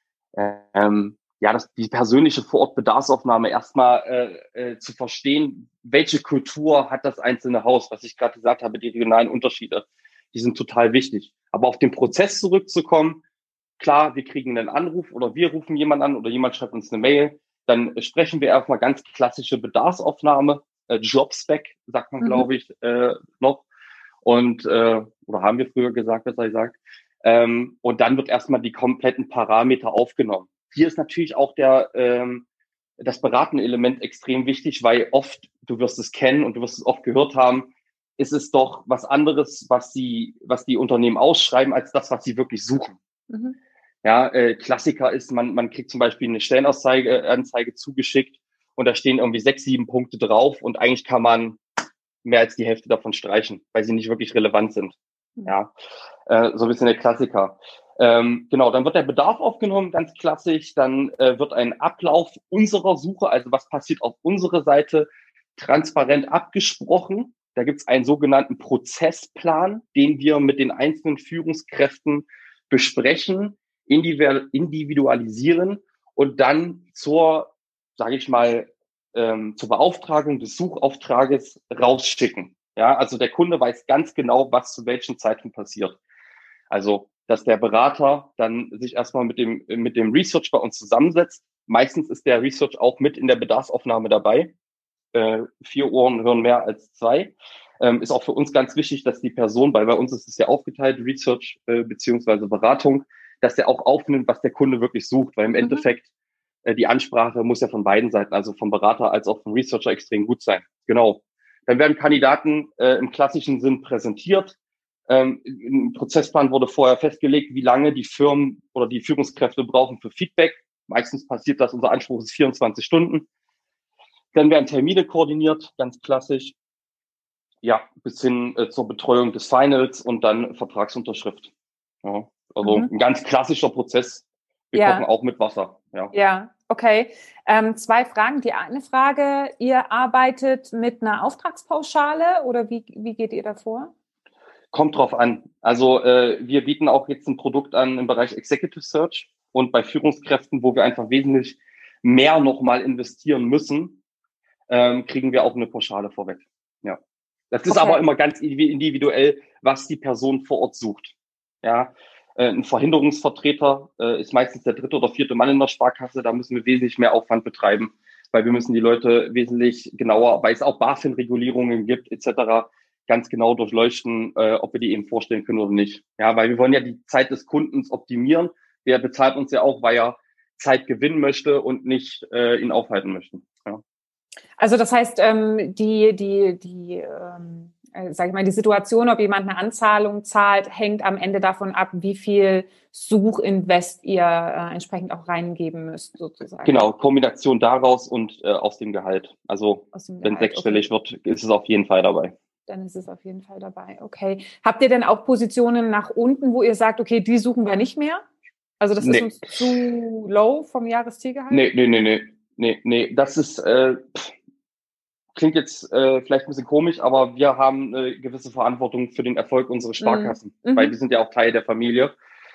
Ähm, ja, das, die persönliche Vor-Ort-Bedarfsaufnahme erstmal äh, äh, zu verstehen, welche Kultur hat das einzelne Haus, was ich gerade gesagt habe, die regionalen Unterschiede, die sind total wichtig. Aber auf den Prozess zurückzukommen, klar, wir kriegen einen Anruf oder wir rufen jemanden an oder jemand schreibt uns eine Mail, dann sprechen wir erstmal ganz klassische Bedarfsaufnahme, äh, Jobspec, sagt man, mhm. glaube ich, äh, noch. Und, äh, oder haben wir früher gesagt, besser gesagt. Ähm, und dann wird erstmal die kompletten Parameter aufgenommen. Hier ist natürlich auch der, ähm, das beratende Element extrem wichtig, weil oft, du wirst es kennen und du wirst es oft gehört haben, ist es doch was anderes, was sie, was die Unternehmen ausschreiben, als das, was sie wirklich suchen. Mhm. Ja, äh, Klassiker ist, man, man kriegt zum Beispiel eine Stellenanzeige äh, Anzeige zugeschickt und da stehen irgendwie sechs, sieben Punkte drauf und eigentlich kann man mehr als die Hälfte davon streichen, weil sie nicht wirklich relevant sind. Mhm. Ja, äh, so ein bisschen der Klassiker. Ähm, genau, dann wird der Bedarf aufgenommen, ganz klassisch. Dann äh, wird ein Ablauf unserer Suche, also was passiert auf unserer Seite, transparent abgesprochen. Da gibt es einen sogenannten Prozessplan, den wir mit den einzelnen Führungskräften besprechen, individualisieren und dann zur, sage ich mal, ähm, zur Beauftragung des Suchauftrages rausschicken. Ja, also der Kunde weiß ganz genau, was zu welchem Zeitpunkt passiert. Also, dass der Berater dann sich erstmal mit dem, mit dem Research bei uns zusammensetzt. Meistens ist der Research auch mit in der Bedarfsaufnahme dabei. Äh, vier Ohren hören mehr als zwei. Ähm, ist auch für uns ganz wichtig, dass die Person, weil bei uns ist es ja aufgeteilt, Research äh, beziehungsweise Beratung, dass der auch aufnimmt, was der Kunde wirklich sucht, weil im mhm. Endeffekt äh, die Ansprache muss ja von beiden Seiten, also vom Berater als auch vom Researcher extrem gut sein. Genau. Dann werden Kandidaten äh, im klassischen Sinn präsentiert. Ähm, Im Prozessplan wurde vorher festgelegt, wie lange die Firmen oder die Führungskräfte brauchen für Feedback. Meistens passiert das, unser Anspruch ist vierundzwanzig Stunden. Dann werden Termine koordiniert, ganz klassisch. Ja, bis hin äh, zur Betreuung des Finals und dann Vertragsunterschrift. Ja, also mhm. ein ganz klassischer Prozess. Wir ja. kochen auch mit Wasser. Ja, ja okay. Ähm, zwei Fragen. Die eine Frage, ihr arbeitet mit einer Auftragspauschale oder wie, wie geht ihr da vor? Kommt drauf an. Also äh, wir bieten auch jetzt ein Produkt an im Bereich Executive Search und bei Führungskräften, wo wir einfach wesentlich mehr nochmal investieren müssen, ähm, kriegen wir auch eine Pauschale vorweg. Ja. Das ist okay. aber immer ganz individuell, was die Person vor Ort sucht. Ja, äh, ein Verhinderungsvertreter äh, ist meistens der dritte oder vierte Mann in der Sparkasse. Da müssen wir wesentlich mehr Aufwand betreiben, weil wir müssen die Leute wesentlich genauer, weil es auch BaFin-Regulierungen gibt et cetera, ganz genau durchleuchten, äh, ob wir die eben vorstellen können oder nicht. Ja, weil wir wollen ja die Zeit des Kundens optimieren. Der bezahlt uns ja auch, weil er Zeit gewinnen möchte und nicht äh, ihn aufhalten möchte. Ja. Also das heißt, ähm, die, die, die, ähm, äh, sag ich mal, die Situation, ob jemand eine Anzahlung zahlt, hängt am Ende davon ab, wie viel Suchinvest ihr äh, entsprechend auch reingeben müsst, sozusagen. Genau, Kombination daraus und äh, aus dem Gehalt. Also dem wenn Gehalt, sechsstellig okay. wird, ist es auf jeden Fall dabei. Dann ist es auf jeden Fall dabei. Okay. Habt ihr denn auch Positionen nach unten, wo ihr sagt, okay, die suchen wir nicht mehr? Also das nee. ist uns zu low vom Jahreszielgehalt? Nee, nee, nee, nee. Nee, nee. Das ist, äh, klingt jetzt äh, vielleicht ein bisschen komisch, aber wir haben eine gewisse Verantwortung für den Erfolg unserer Sparkassen, mhm. weil wir sind ja auch Teil der Familie.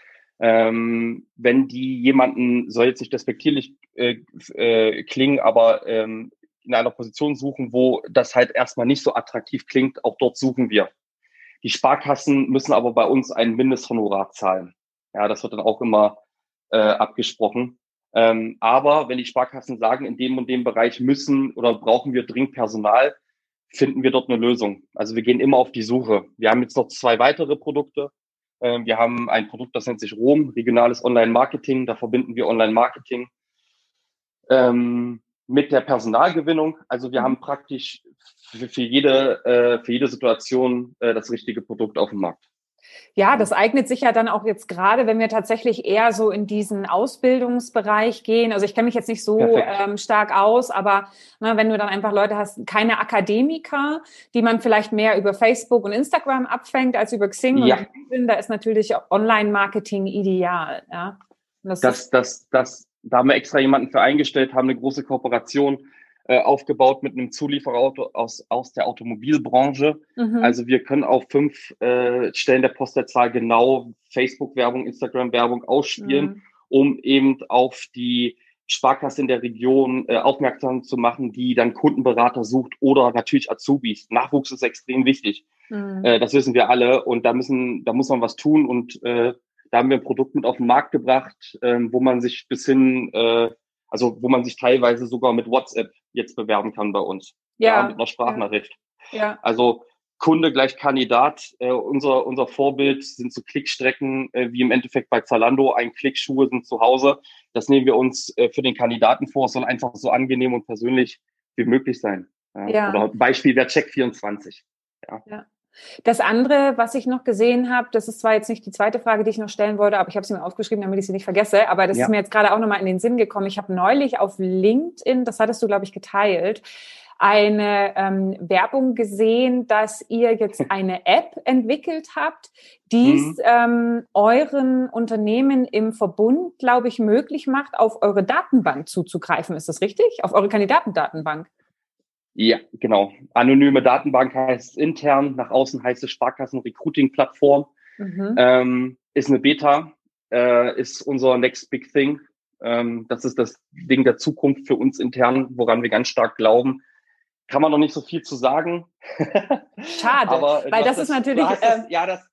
Ähm, wenn die jemanden, soll jetzt nicht despektierlich äh, äh, klingen, aber ähm, in einer Position suchen, wo das halt erstmal nicht so attraktiv klingt, auch dort suchen wir. Die Sparkassen müssen aber bei uns ein Mindesthonorar zahlen. Ja, das wird dann auch immer äh, abgesprochen. Ähm, aber wenn die Sparkassen sagen, in dem und dem Bereich müssen oder brauchen wir dringend Personal, finden wir dort eine Lösung. Also wir gehen immer auf die Suche. Wir haben jetzt noch zwei weitere Produkte. Ähm, wir haben ein Produkt, das nennt sich R O M, regionales Online-Marketing. Da verbinden wir Online-Marketing ähm, mit der Personalgewinnung. Also wir mhm. haben praktisch für, für jede äh, für jede Situation äh, das richtige Produkt auf dem Markt. Ja, das eignet sich ja dann auch jetzt gerade, wenn wir tatsächlich eher so in diesen Ausbildungsbereich gehen. Also ich kenne mich jetzt nicht so ähm, stark aus, aber ne, wenn du dann einfach Leute hast, keine Akademiker, die man vielleicht mehr über Facebook und Instagram abfängt als über Xing ja. und LinkedIn, da ist natürlich Online-Marketing ideal. Ja? Das, das, das, das, da haben wir extra jemanden für eingestellt, haben eine große Kooperation äh, aufgebaut mit einem Zulieferer aus, aus der Automobilbranche. Mhm. Also wir können auf fünf äh, Stellen der Postleitzahl genau Facebook-Werbung, Instagram-Werbung ausspielen, mhm. um eben auf die Sparkasse in der Region äh, aufmerksam zu machen, die dann Kundenberater sucht oder natürlich Azubis. Nachwuchs ist extrem wichtig. Mhm. Äh, das wissen wir alle und da müssen, da muss man was tun und äh, da haben wir ein Produkt mit auf den Markt gebracht, äh, wo man sich bis hin, äh, also wo man sich teilweise sogar mit WhatsApp jetzt bewerben kann bei uns. Ja, ja mit einer Sprachnachricht. Ja. ja. Also Kunde gleich Kandidat. Äh, unser unser Vorbild sind so Klickstrecken, äh, wie im Endeffekt bei Zalando. Ein Klick, Schuhe sind zu Hause. Das nehmen wir uns äh, für den Kandidaten vor. Es soll einfach so angenehm und persönlich wie möglich sein. Ja. Ja. Oder Beispiel wäre Check vierundzwanzig. Ja. ja. Das andere, was ich noch gesehen habe, das ist zwar jetzt nicht die zweite Frage, die ich noch stellen wollte, aber ich habe sie mir aufgeschrieben, damit ich sie nicht vergesse, aber das ja. ist mir jetzt gerade auch nochmal in den Sinn gekommen. Ich habe neulich auf LinkedIn, das hattest du, glaube ich, geteilt, eine ähm, Werbung gesehen, dass ihr jetzt eine App entwickelt habt, die es mhm. ähm, euren Unternehmen im Verbund, glaube ich, möglich macht, auf eure Datenbank zuzugreifen. Ist das richtig? Auf eure Kandidatendatenbank? Ja, genau. Anonyme Datenbank heißt intern, nach außen heißt es Sparkassen-Recruiting-Plattform. Mhm. Ähm, ist eine Beta, äh, ist unser Next Big Thing. Ähm, das ist das Ding der Zukunft für uns intern, woran wir ganz stark glauben. Kann man noch nicht so viel zu sagen. Schade, aber weil das, das ist natürlich... Das, äh, ja, das,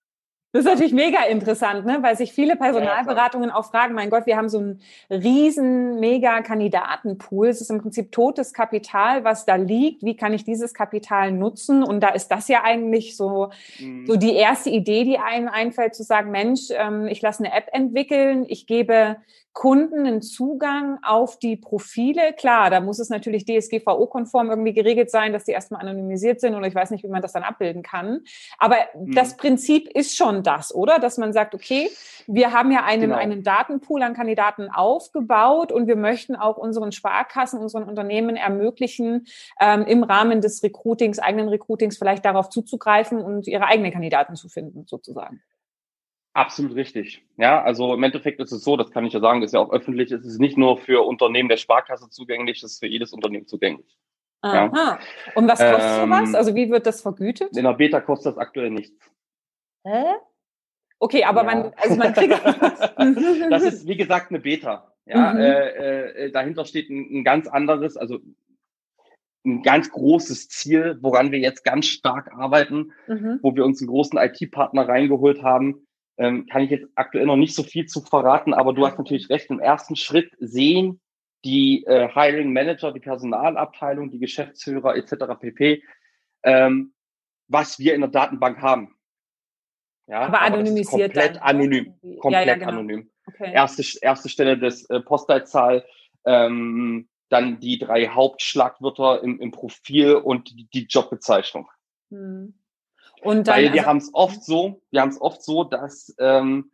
Das ist natürlich mega interessant, ne? Weil sich viele Personalberatungen auch fragen, mein Gott, wir haben so einen riesen, mega Kandidatenpool. Es ist im Prinzip totes Kapital, was da liegt. Wie kann ich dieses Kapital nutzen? Und da ist das ja eigentlich so, mhm. so die erste Idee, die einem einfällt, zu sagen, Mensch, ähm, ich lasse eine App entwickeln, ich gebe Kunden einen Zugang auf die Profile. Klar, da muss es natürlich D S G V O-konform irgendwie geregelt sein, dass die erstmal anonymisiert sind oder ich weiß nicht, wie man das dann abbilden kann. Aber hm. das Prinzip ist schon das, oder? Dass man sagt, okay, wir haben ja einen, genau. einen Datenpool an Kandidaten aufgebaut und wir möchten auch unseren Sparkassen, unseren Unternehmen ermöglichen, ähm, im Rahmen des Recruitings, eigenen Recruitings vielleicht darauf zuzugreifen und ihre eigenen Kandidaten zu finden, sozusagen. Absolut richtig. Ja, also im Endeffekt ist es so, das kann ich ja sagen, ist ja auch öffentlich, es ist nicht nur für Unternehmen der Sparkasse zugänglich, es ist für jedes Unternehmen zugänglich. Aha. Ja. Und was kostet ähm, sowas? Also wie wird das vergütet? In der Beta kostet das aktuell nichts. Hä? Okay, aber ja. man, also man kriegt... Das ist, wie gesagt, eine Beta. Ja, mhm. äh, äh, dahinter steht ein, ein ganz anderes, also ein ganz großes Ziel, woran wir jetzt ganz stark arbeiten, mhm. wo wir uns einen großen I T-Partner reingeholt haben. Ähm, kann ich jetzt aktuell noch nicht so viel zu verraten, aber du hast natürlich recht, im ersten Schritt sehen die äh, Hiring Manager, die Personalabteilung, die Geschäftsführer et cetera pp., ähm, was wir in der Datenbank haben. Ja, aber, aber anonymisiert komplett dann. anonym, komplett ja, ja, genau. anonym. Okay. Erste, erste Stelle des äh, Postleitzahl, ähm, dann die drei Hauptschlagwörter im, im Profil und die, die Jobbezeichnung. Hm. Und dann, Weil wir also, haben es oft so, wir haben es oft so, dass ähm,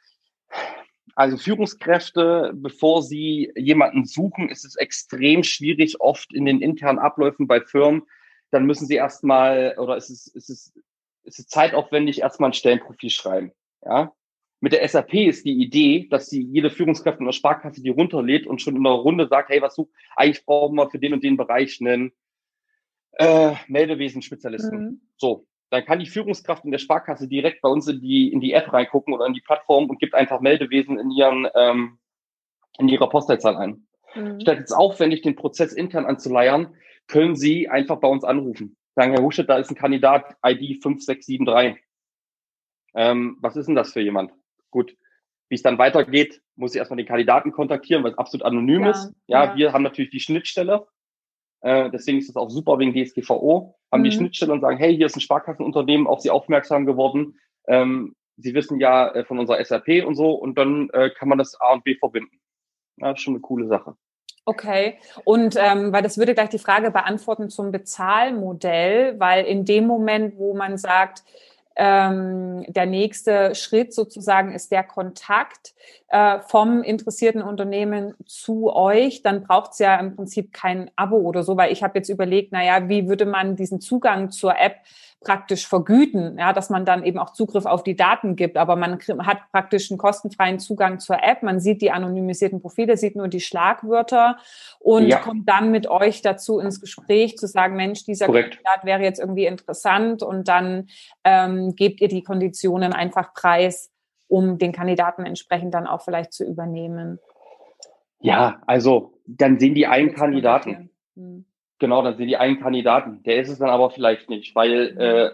also Führungskräfte, bevor sie jemanden suchen, ist es extrem schwierig, oft in den internen Abläufen bei Firmen. Dann müssen sie erstmal, oder ist es, ist es, ist es zeitaufwendig, erstmal ein Stellenprofil schreiben. Ja? Mit der S A P ist die Idee, dass sie jede Führungskraft in der Sparkasse die runterlädt und schon in der Runde sagt, hey, was du, eigentlich brauchen wir für den und den Bereich einen äh, Meldewesen-Spezialisten. Mhm. So. Dann kann die Führungskraft in der Sparkasse direkt bei uns in die in die App reingucken oder in die Plattform und gibt einfach Meldewesen in ihren ähm, in ihrer Postleitzahl ein. Mhm. Statt jetzt aufwendig den Prozess intern anzuleiern, können Sie einfach bei uns anrufen. Sagen, Herr Huschet, da ist ein Kandidat I D fünf sechs sieben drei. Ähm, was ist denn das für jemand? Gut, wie es dann weitergeht, muss ich erstmal den Kandidaten kontaktieren, weil es absolut anonym ja, ist. Ja, ja, wir haben natürlich die Schnittstelle. Äh, deswegen ist es auch super wegen D S G V O. Haben mhm. die Schnittstelle und sagen, hey, hier ist ein Sparkassenunternehmen, auf Sie aufmerksam geworden. Ähm, Sie wissen ja äh, von unserer S A P und so. Und dann äh, kann man das A und B verbinden. Ja, das ist schon eine coole Sache. Okay. Und ähm, weil das würde gleich die Frage beantworten zum Bezahlmodell, weil in dem Moment, wo man sagt, Ähm, der nächste Schritt sozusagen ist der Kontakt äh, vom interessierten Unternehmen zu euch. Dann braucht es ja im Prinzip kein Abo oder so, weil ich habe jetzt überlegt, naja, wie würde man diesen Zugang zur App praktisch vergüten, ja, dass man dann eben auch Zugriff auf die Daten gibt, aber man hat praktisch einen kostenfreien Zugang zur App, man sieht die anonymisierten Profile, sieht nur die Schlagwörter und ja. kommt dann mit euch dazu ins Gespräch zu sagen, Mensch, dieser Korrekt. Kandidat wäre jetzt irgendwie interessant und dann ähm, gebt ihr die Konditionen einfach preis, um den Kandidaten entsprechend dann auch vielleicht zu übernehmen. Ja, also dann sehen die einen Kandidaten. Hm. Genau, dann sind die einen Kandidaten. Der ist es dann aber vielleicht nicht, weil mhm. äh,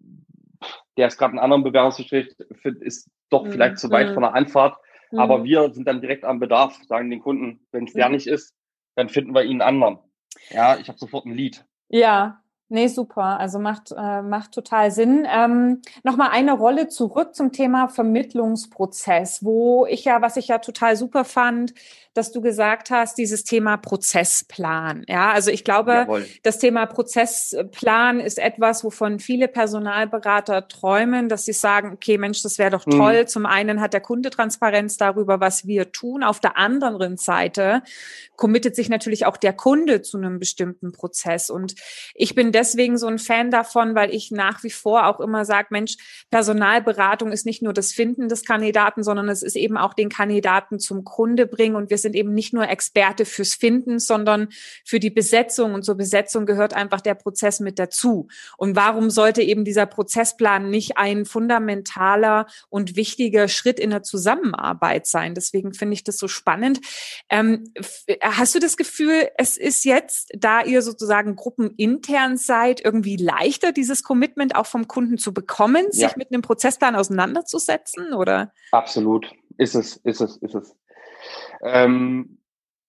der ist gerade einen anderen Bewerbungsgespräch, ist doch mhm. vielleicht zu weit mhm. von der Anfahrt. Mhm. Aber wir sind dann direkt am Bedarf, sagen den Kunden, wenn es mhm. der nicht ist, dann finden wir ihn einen anderen. Ja, ich habe sofort ein Lied. Ja, nee, super. Also macht äh, macht total Sinn. Ähm, Nochmal eine Rolle zurück zum Thema Vermittlungsprozess, wo ich ja, was ich ja total super fand, dass du gesagt hast, dieses Thema Prozessplan. Ja, also ich glaube, Jawohl. Das Thema Prozessplan ist etwas, wovon viele Personalberater träumen, dass sie sagen, okay, Mensch, das wäre doch toll. Mhm. Zum einen hat der Kunde Transparenz darüber, was wir tun. Auf der anderen Seite committet sich natürlich auch der Kunde zu einem bestimmten Prozess. Und ich bin deswegen so ein Fan davon, weil ich nach wie vor auch immer sage, Mensch, Personalberatung ist nicht nur das Finden des Kandidaten, sondern es ist eben auch den Kandidaten zum Kunde bringen. Und wir sind eben nicht nur Experte fürs Finden, sondern für die Besetzung. Und zur Besetzung gehört einfach der Prozess mit dazu. Und warum sollte eben dieser Prozessplan nicht ein fundamentaler und wichtiger Schritt in der Zusammenarbeit sein? Deswegen finde ich das so spannend. Ähm, hast du das Gefühl, es ist jetzt, da ihr sozusagen gruppenintern seid, irgendwie leichter, dieses Commitment auch vom Kunden zu bekommen, Ja. sich mit einem Prozessplan auseinanderzusetzen, oder? Absolut. Ist es, ist es, ist es. Ähm,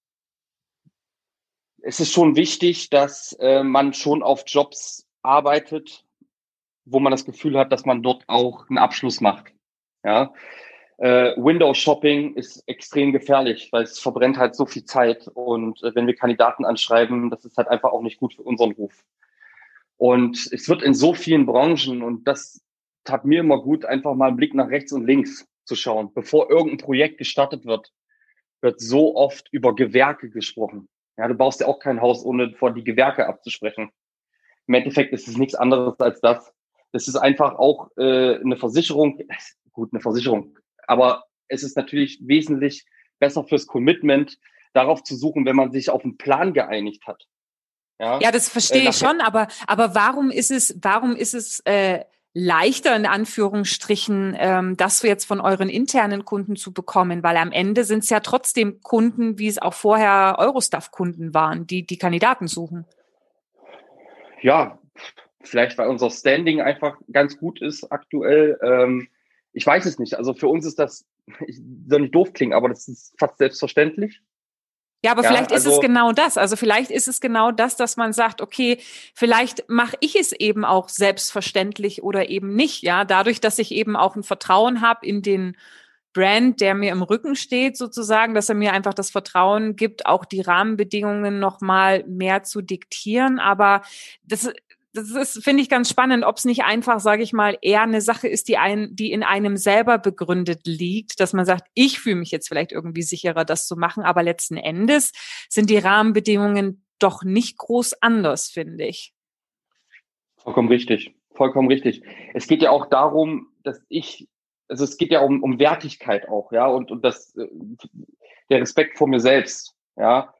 es ist schon wichtig, dass äh, man schon auf Jobs arbeitet, wo man das Gefühl hat, dass man dort auch einen Abschluss macht. Ja. Äh, Window-Shopping ist extrem gefährlich, weil es verbrennt halt so viel Zeit. Und äh, wenn wir Kandidaten anschreiben, das ist halt einfach auch nicht gut für unseren Ruf. Und es wird in so vielen Branchen, und das tat mir immer gut, einfach mal einen Blick nach rechts und links zu schauen. Bevor irgendein Projekt gestartet wird, wird so oft über Gewerke gesprochen. Ja, du baust ja auch kein Haus, ohne vor die Gewerke abzusprechen. Im Endeffekt ist es nichts anderes als das. Das ist einfach auch äh, eine Versicherung. Gut, eine Versicherung. Aber es ist natürlich wesentlich besser fürs Commitment, darauf zu suchen, wenn man sich auf einen Plan geeinigt hat. Ja, ja, das verstehe äh, ich schon, aber, aber warum ist es, warum ist es äh, leichter, in Anführungsstrichen, ähm, das jetzt von euren internen Kunden zu bekommen? Weil am Ende sind es ja trotzdem Kunden, wie es auch vorher Eurostaff-Kunden waren, die die Kandidaten suchen. Ja, vielleicht weil unser Standing einfach ganz gut ist aktuell. Ähm, ich weiß es nicht. Also für uns ist das, ich soll nicht doof klingen, aber das ist fast selbstverständlich. Ja, aber ja, vielleicht ist also, es genau das. Also vielleicht ist es genau das, dass man sagt, okay, vielleicht mache ich es eben auch selbstverständlich oder eben nicht. Ja, dadurch, dass ich eben auch ein Vertrauen habe in den Brand, der mir im Rücken steht, sozusagen, dass er mir einfach das Vertrauen gibt, auch die Rahmenbedingungen noch mal mehr zu diktieren. Aber das Das ist, finde ich, ganz spannend, ob es nicht einfach, sage ich mal, eher eine Sache ist, die ein, die in einem selber begründet liegt, dass man sagt, ich fühle mich jetzt vielleicht irgendwie sicherer, das zu machen, aber letzten Endes sind die Rahmenbedingungen doch nicht groß anders, finde ich. Vollkommen richtig, vollkommen richtig. Es geht ja auch darum, dass ich, also es geht ja um, um Wertigkeit auch, ja, und, und das, der Respekt vor mir selbst, ja.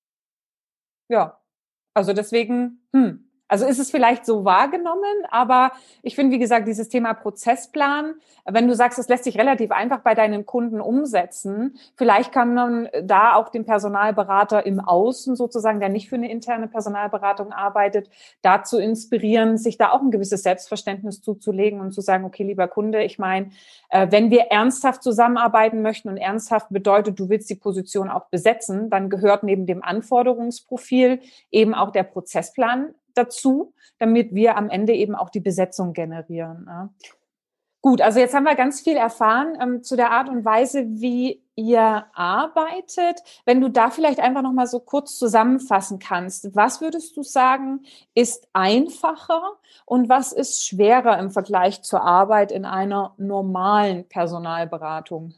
Ja, also deswegen, hm. Also ist es vielleicht so wahrgenommen, aber ich finde, wie gesagt, dieses Thema Prozessplan, wenn du sagst, es lässt sich relativ einfach bei deinen Kunden umsetzen, vielleicht kann man da auch den Personalberater im Außen sozusagen, der nicht für eine interne Personalberatung arbeitet, dazu inspirieren, sich da auch ein gewisses Selbstverständnis zuzulegen und zu sagen, okay, lieber Kunde, ich meine, wenn wir ernsthaft zusammenarbeiten möchten und ernsthaft bedeutet, du willst die Position auch besetzen, dann gehört neben dem Anforderungsprofil eben auch der Prozessplan dazu, damit wir am Ende eben auch die Besetzung generieren. Ja. Gut, also jetzt haben wir ganz viel erfahren ähm, zu der Art und Weise, wie ihr arbeitet. Wenn du da vielleicht einfach noch mal so kurz zusammenfassen kannst, was würdest du sagen, ist einfacher und was ist schwerer im Vergleich zur Arbeit in einer normalen Personalberatung?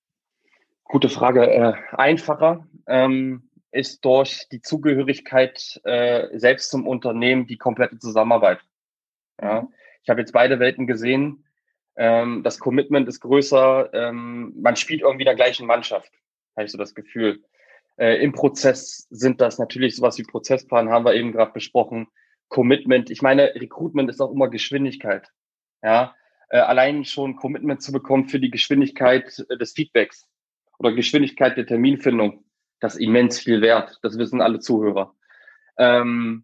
Gute Frage. Äh, einfacher. Ähm ist durch die Zugehörigkeit äh, selbst zum Unternehmen die komplette Zusammenarbeit. Ja. Ich habe jetzt beide Welten gesehen. Ähm, das Commitment ist größer. Ähm, man spielt irgendwie in der gleichen Mannschaft, habe ich so das Gefühl. Äh, Im Prozess sind das natürlich sowas wie Prozessplan, haben wir eben gerade besprochen. Commitment. Ich meine, Recruitment ist auch immer Geschwindigkeit. Ja. Äh, allein schon Commitment zu bekommen für die Geschwindigkeit äh, des Feedbacks oder Geschwindigkeit der Terminfindung. Das ist immens viel wert. Das wissen alle Zuhörer. Ähm,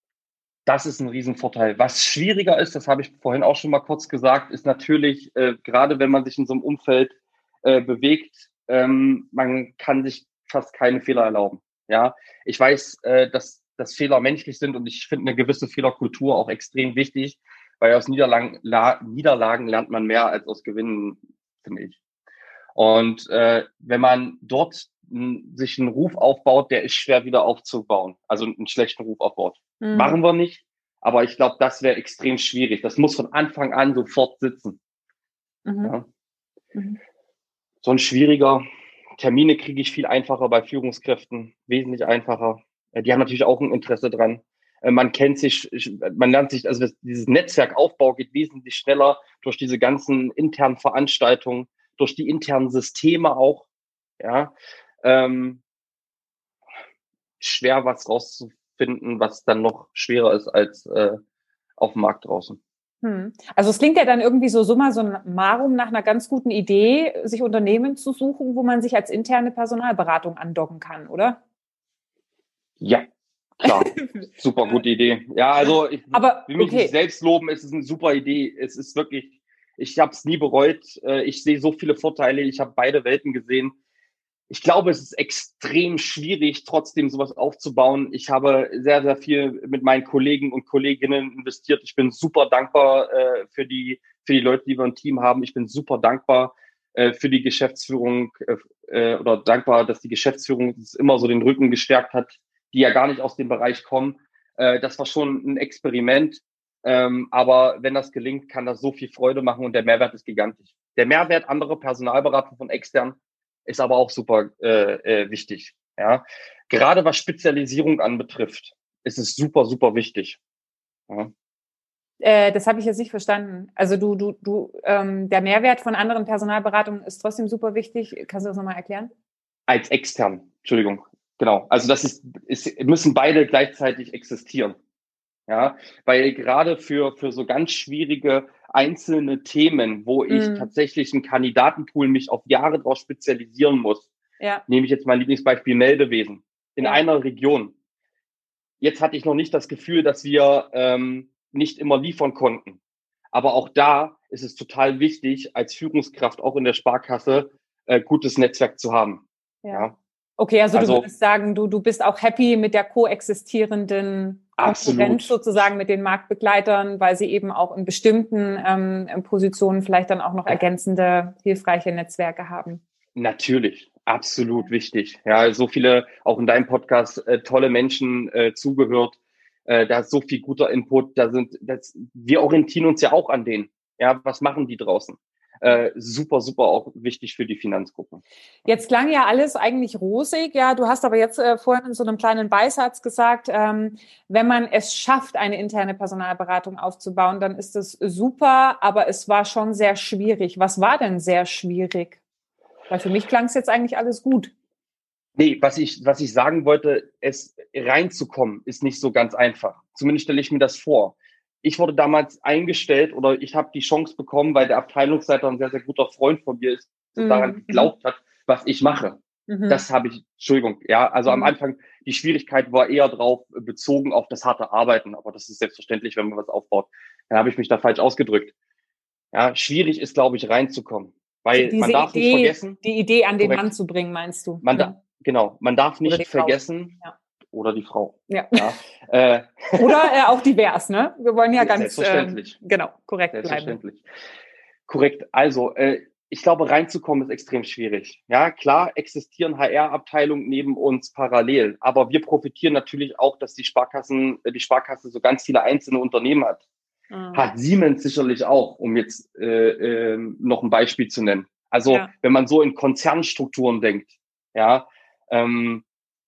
das ist ein Riesenvorteil. Was schwieriger ist, das habe ich vorhin auch schon mal kurz gesagt, ist natürlich, äh, gerade wenn man sich in so einem Umfeld äh, bewegt, ähm, man kann sich fast keine Fehler erlauben. Ja, ich weiß, äh, dass, dass Fehler menschlich sind und ich finde eine gewisse Fehlerkultur auch extrem wichtig, weil aus Niederlagen, La- Niederlagen lernt man mehr als aus Gewinnen, finde ich. Und äh, wenn man dort sich einen Ruf aufbaut, der ist schwer wieder aufzubauen. Also einen schlechten Ruf aufbaut. Mhm. Machen wir nicht, aber ich glaube, das wäre extrem schwierig. Das muss von Anfang an sofort sitzen. Mhm. Ja. Mhm. So ein schwieriger, Termine kriege ich viel einfacher bei Führungskräften, wesentlich einfacher. Die haben natürlich auch ein Interesse dran. Man kennt sich, man lernt sich, also dieses Netzwerkaufbau geht wesentlich schneller durch diese ganzen internen Veranstaltungen, durch die internen Systeme auch, ja. Ähm, schwer was rauszufinden, was dann noch schwerer ist als äh, auf dem Markt draußen. Hm. Also es klingt ja dann irgendwie so summa summarum nach einer ganz guten Idee, sich Unternehmen zu suchen, wo man sich als interne Personalberatung andocken kann, oder? Ja, Klar, super gute Idee. Ja, also ich Aber, will mich okay. nicht selbst loben, es ist eine super Idee. Es ist wirklich, ich habe es nie bereut. Ich sehe so viele Vorteile, ich habe beide Welten gesehen. Ich glaube, es ist extrem schwierig, trotzdem sowas aufzubauen. Ich habe sehr, sehr viel mit meinen Kollegen und Kolleginnen investiert. Ich bin super dankbar äh, für die für die Leute, die wir im Team haben. Ich bin super dankbar äh, für die Geschäftsführung äh, oder dankbar, dass die Geschäftsführung uns immer so den Rücken gestärkt hat, die ja gar nicht aus dem Bereich kommen. Äh, das war schon ein Experiment. Ähm, aber wenn das gelingt, kann das so viel Freude machen und der Mehrwert ist gigantisch. Der Mehrwert anderer Personalberater von extern ist aber auch super äh, äh, wichtig. Ja, gerade was Spezialisierung anbetrifft, ist es super, super wichtig. Ja. Äh, das habe ich jetzt nicht verstanden. Also du, du, du, ähm, der Mehrwert von anderen Personalberatungen ist trotzdem super wichtig. Kannst du das nochmal erklären? Als extern, Entschuldigung. Genau. Also das ist, ist müssen beide gleichzeitig existieren. Ja, weil gerade für für so ganz schwierige einzelne Themen, wo ich Mhm. tatsächlich einen Kandidatenpool mich auf Jahre drauf spezialisieren muss, Ja. nehme ich jetzt mein Lieblingsbeispiel Meldewesen in Ja. einer Region. Jetzt hatte ich noch nicht das Gefühl, dass wir ähm, nicht immer liefern konnten. Aber auch da ist es total wichtig, als Führungskraft auch in der Sparkasse äh, gutes Netzwerk zu haben. Ja. Ja. Okay, also, Also du würdest sagen, du, du bist auch happy mit der koexistierenden Konkurrenz absolut. sozusagen mit den Marktbegleitern, weil sie eben auch in bestimmten ähm, Positionen vielleicht dann auch noch ergänzende, hilfreiche Netzwerke haben. Natürlich, absolut wichtig. Ja, so viele, auch in deinem Podcast, äh, tolle Menschen äh, zugehört. Äh, da ist so viel guter Input. Da sind, das, wir orientieren uns ja auch an denen. Ja, was machen die draußen? Äh, super, super auch wichtig für die Finanzgruppe. Jetzt klang ja alles eigentlich rosig, ja. Du hast aber jetzt äh, vorhin in so einem kleinen Beisatz gesagt, ähm, wenn man es schafft, eine interne Personalberatung aufzubauen, dann ist das super, aber es war schon sehr schwierig. Was war denn sehr schwierig? Weil für mich klang es jetzt eigentlich alles gut. Nee, was ich, was ich sagen wollte, es reinzukommen, ist nicht so ganz einfach. Zumindest stelle ich mir das vor. Ich wurde damals eingestellt oder ich habe die Chance bekommen, weil der Abteilungsleiter ein sehr, sehr guter Freund von mir ist und Mhm. daran geglaubt hat, was ich mache. Mhm. Das habe ich, Entschuldigung, ja, also Mhm. am Anfang, die Schwierigkeit war eher drauf bezogen auf das harte Arbeiten, aber das ist selbstverständlich, wenn man was aufbaut. Dann habe ich mich da falsch ausgedrückt. Ja, schwierig ist, glaube ich, reinzukommen, weil Diese man darf Idee, nicht vergessen, die Idee an den korrekt. Mann zu bringen, meinst du? man Ja. da, genau, man darf Oder die nicht Frau. vergessen, Ja. oder die Frau. Ja. Ja, äh, Oder äh, auch divers, ne? Wir wollen ja ganz Selbstverständlich. Ähm, genau korrekt bleiben. Selbstverständlich. Korrekt. Also, äh, ich glaube, reinzukommen ist extrem schwierig. Ja, klar existieren H R-Abteilungen neben uns parallel, aber wir profitieren natürlich auch, dass die Sparkassen, äh, die Sparkasse so ganz viele einzelne Unternehmen hat. Mhm. Hat Siemens sicherlich auch, um jetzt äh, äh, noch ein Beispiel zu nennen. Also, Ja. wenn man so in Konzernstrukturen denkt, ja, ähm,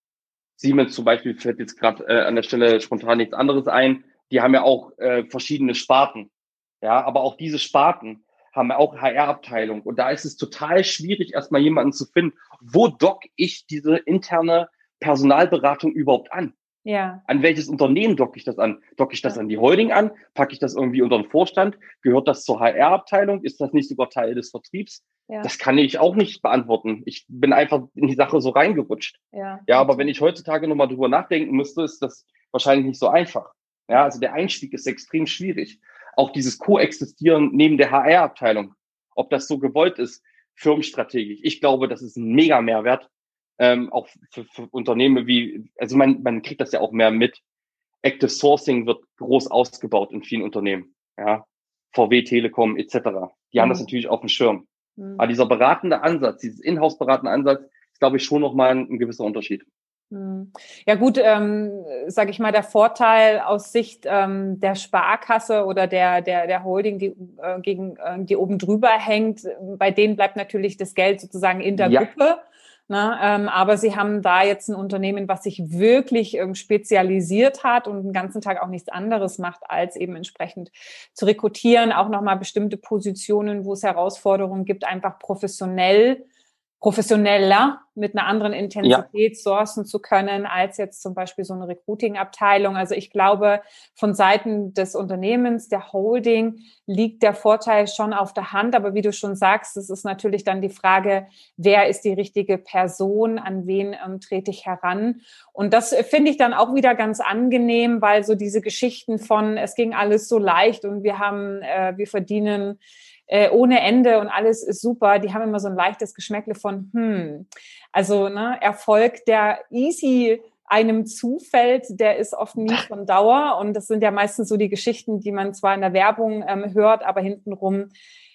Siemens zum Beispiel fällt jetzt gerade äh, an der Stelle spontan nichts anderes ein. Die haben ja auch äh, verschiedene Sparten. Ja, aber auch diese Sparten haben ja auch H R-Abteilung. Und da ist es total schwierig, erstmal jemanden zu finden. Wo dock ich diese interne Personalberatung überhaupt an? Ja. An welches Unternehmen docke ich das an? Docke ich das Ja. an die Holding an? Packe ich das irgendwie unter den Vorstand? Gehört das zur H R-Abteilung? Ist das nicht sogar Teil des Vertriebs? Ja. Das kann ich auch nicht beantworten. Ich bin einfach in die Sache so reingerutscht. Ja. Ja, aber wenn ich heutzutage nochmal drüber nachdenken müsste, ist das wahrscheinlich nicht so einfach. Ja, also der Einstieg ist extrem schwierig. Auch dieses Koexistieren neben der H R-Abteilung, ob das so gewollt ist, firmenstrategisch. Ich glaube, das ist ein mega Mehrwert. Ähm, auch für, für Unternehmen wie, also man, man kriegt das ja auch mehr mit. Active Sourcing wird groß ausgebaut in vielen Unternehmen. Ja, V W, Telekom et cetera. Die haben das Mhm. natürlich auf dem Schirm. Mhm. Aber dieser beratende Ansatz, dieses Inhouse beratende Ansatz, ist, glaube ich, schon nochmal ein, ein gewisser Unterschied. Ja gut, ähm, sage ich mal, der Vorteil aus Sicht ähm, der Sparkasse oder der der der Holding, die äh, gegen äh, die oben drüber hängt, bei denen bleibt natürlich das Geld sozusagen in der Ja. Gruppe. Ne? Ähm, aber sie haben da jetzt ein Unternehmen, was sich wirklich ähm, spezialisiert hat und den ganzen Tag auch nichts anderes macht, als eben entsprechend zu rekrutieren, auch nochmal bestimmte Positionen, wo es Herausforderungen gibt, einfach professionell professioneller mit einer anderen Intensität ja. sourcen zu können, als jetzt zum Beispiel so eine Recruiting-Abteilung. Also ich glaube, von Seiten des Unternehmens, der Holding, liegt der Vorteil schon auf der Hand. Aber wie du schon sagst, es ist natürlich dann die Frage, wer ist die richtige Person, an wen ähm, trete ich heran? Und das finde ich dann auch wieder ganz angenehm, weil so diese Geschichten von, es ging alles so leicht und wir haben, äh, wir verdienen Äh, ohne Ende und alles ist super, die haben immer so ein leichtes Geschmäckle von, hm, also ne, Erfolg, der easy einem zufällt, der ist oft nie von Dauer und das sind ja meistens so die Geschichten, die man zwar in der Werbung ähm, hört, aber hintenrum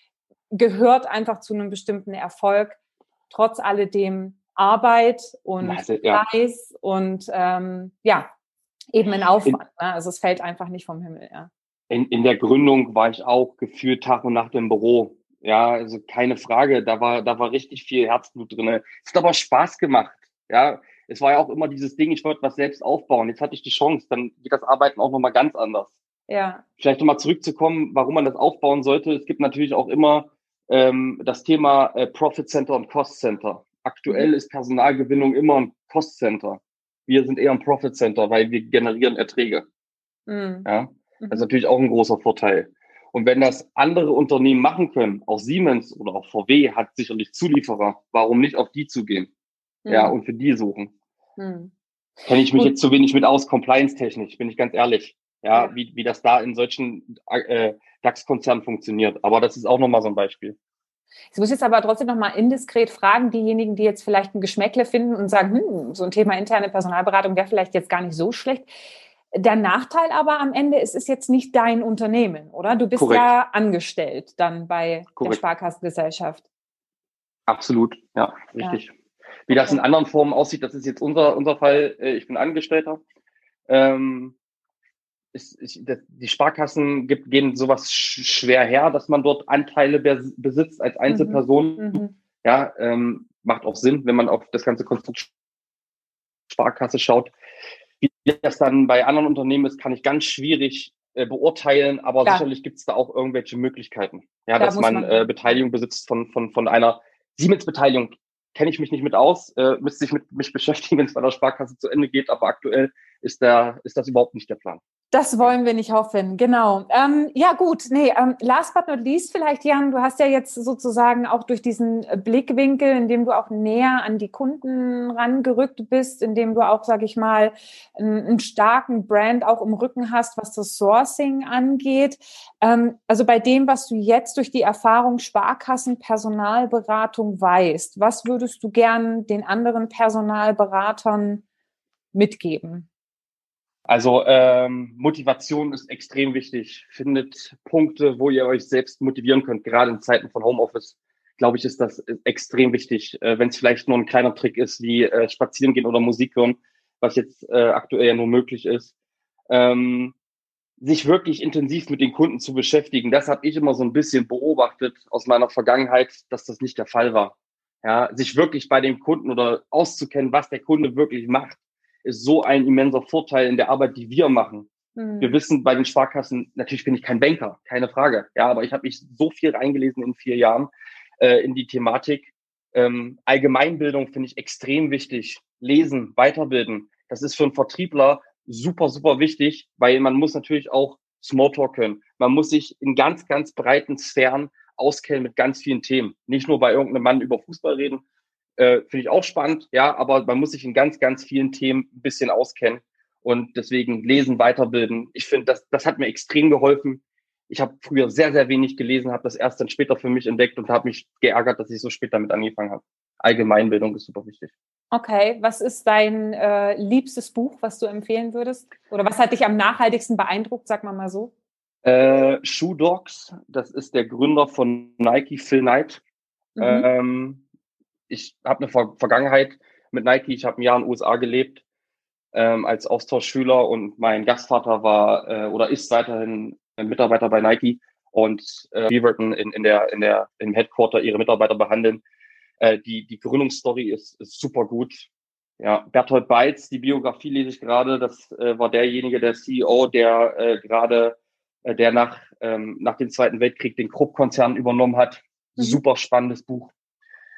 gehört einfach zu einem bestimmten Erfolg trotz alledem Arbeit und also, ja. Preis und ähm, ja, eben ein Aufwand. Ne? Also es fällt einfach nicht vom Himmel, ja. In, in der Gründung war ich auch gefühlt Tag und Nacht im Büro. Ja, also keine Frage, da war, da war richtig viel Herzblut drinne. Es hat aber Spaß gemacht. Ja, es war ja auch immer dieses Ding, ich wollte was selbst aufbauen. Jetzt hatte ich die Chance, dann geht das Arbeiten auch nochmal ganz anders. Ja. Vielleicht nochmal zurückzukommen, warum man das aufbauen sollte. Es gibt natürlich auch immer ähm, das Thema äh, Profit Center und Cost Center. Aktuell mhm. ist Personalgewinnung immer ein Cost Center. Wir sind eher ein Profit Center, weil wir generieren Erträge. Mhm. Ja. Das ist natürlich auch ein großer Vorteil. Und wenn das andere Unternehmen machen können, auch Siemens oder auch V W hat sicherlich Zulieferer, warum nicht auf die zugehen? Mhm. Ja, und für die suchen. Mhm. Kenne ich mich Gut. jetzt zu wenig mit aus, compliance-technisch, bin ich ganz ehrlich. Ja, ja. Wie, wie das da in solchen äh, DAX-Konzernen funktioniert. Aber das ist auch nochmal so ein Beispiel. Ich muss jetzt aber trotzdem nochmal indiskret fragen, diejenigen, die jetzt vielleicht ein Geschmäckle finden und sagen, hm, so ein Thema interne Personalberatung wäre vielleicht jetzt gar nicht so schlecht. Der Nachteil aber am Ende, es ist jetzt nicht dein Unternehmen, oder? Du bist Korrekt. ja angestellt dann bei Korrekt. der Sparkassengesellschaft. Absolut, ja, richtig. Ja. Wie okay. das in anderen Formen aussieht, das ist jetzt unser unser Fall. Ich bin Angestellter. Ähm, ist, ist, die Sparkassen gibt, gehen sowas schwer her, dass man dort Anteile besitzt als Einzelperson. Mhm. Ja, ähm, macht auch Sinn, wenn man auf das ganze Konstrukt Sparkasse schaut. Wie das dann bei anderen Unternehmen ist, kann ich ganz schwierig äh, beurteilen, aber Klar. sicherlich gibt es da auch irgendwelche Möglichkeiten. Ja, da dass man, man äh, Beteiligung besitzt von von von einer Siemens-Beteiligung. Kenne ich mich nicht mit aus, äh, müsste ich mit mich beschäftigen, wenn es bei der Sparkasse zu Ende geht, aber aktuell ist da ist das überhaupt nicht der Plan. Das wollen wir nicht hoffen, genau. Ähm, ja gut, nee, ähm, last but not least vielleicht, Jan, du hast ja jetzt sozusagen auch durch diesen Blickwinkel, in dem du auch näher an die Kunden rangerückt bist, in dem du auch, sag ich mal, einen, einen starken Brand auch im Rücken hast, was das Sourcing angeht. Ähm, also bei dem, was du jetzt durch die Erfahrung Sparkassen Personalberatung weißt, was würdest du gern den anderen Personalberatern mitgeben? Also ähm, Motivation ist extrem wichtig. Findet Punkte, wo ihr euch selbst motivieren könnt. Gerade in Zeiten von Homeoffice, glaube ich, ist das extrem wichtig. Äh, wenn es vielleicht nur ein kleiner Trick ist, wie äh, spazieren gehen oder Musik hören, was jetzt äh, aktuell ja nur möglich ist. Ähm, sich wirklich intensiv mit den Kunden zu beschäftigen, das habe ich immer so ein bisschen beobachtet aus meiner Vergangenheit, dass das nicht der Fall war. Ja, sich wirklich bei dem Kunden oder auszukennen, was der Kunde wirklich macht, ist so ein immenser Vorteil in der Arbeit, die wir machen. Mhm. Wir wissen bei den Sparkassen, natürlich bin ich kein Banker, keine Frage. Ja, aber ich habe mich so viel reingelesen in vier Jahren äh, in die Thematik. Ähm, Allgemeinbildung finde ich extrem wichtig. Lesen, weiterbilden. Das ist für einen Vertriebler super, super wichtig, weil man muss natürlich auch Smalltalk können. Man muss sich in ganz, ganz breiten Sphären auskennen mit ganz vielen Themen. Nicht nur bei irgendeinem Mann über Fußball reden, Äh, finde ich auch spannend, ja, aber man muss sich in ganz, ganz vielen Themen ein bisschen auskennen und deswegen lesen, weiterbilden. Ich finde, das, das hat mir extrem geholfen. Ich habe früher sehr, sehr wenig gelesen, habe das erst dann später für mich entdeckt und habe mich geärgert, dass ich so spät damit angefangen habe. Allgemeinbildung ist super wichtig. Okay, was ist dein äh, liebstes Buch, was du empfehlen würdest? Oder was hat dich am nachhaltigsten beeindruckt, sag mal mal so? Äh, Shoe Dogs, das ist der Gründer von Nike, Phil Knight. Mhm. Ähm, Ich habe eine Ver- Vergangenheit mit Nike. Ich habe ein Jahr in den U S A gelebt ähm, als Austauschschüler und mein Gastvater war äh, oder ist weiterhin ein Mitarbeiter bei Nike und äh, Beaverton in, in der in der im Headquarter ihre Mitarbeiter behandeln. Äh, die die Gründungsstory ist, ist super gut. Ja, Bertolt Beitz, die Biografie lese ich gerade. Das äh, war derjenige, der C E O, der äh, gerade äh, der nach ähm, nach dem Zweiten Weltkrieg den Krupp-Konzern übernommen hat. Mhm. Super spannendes Buch.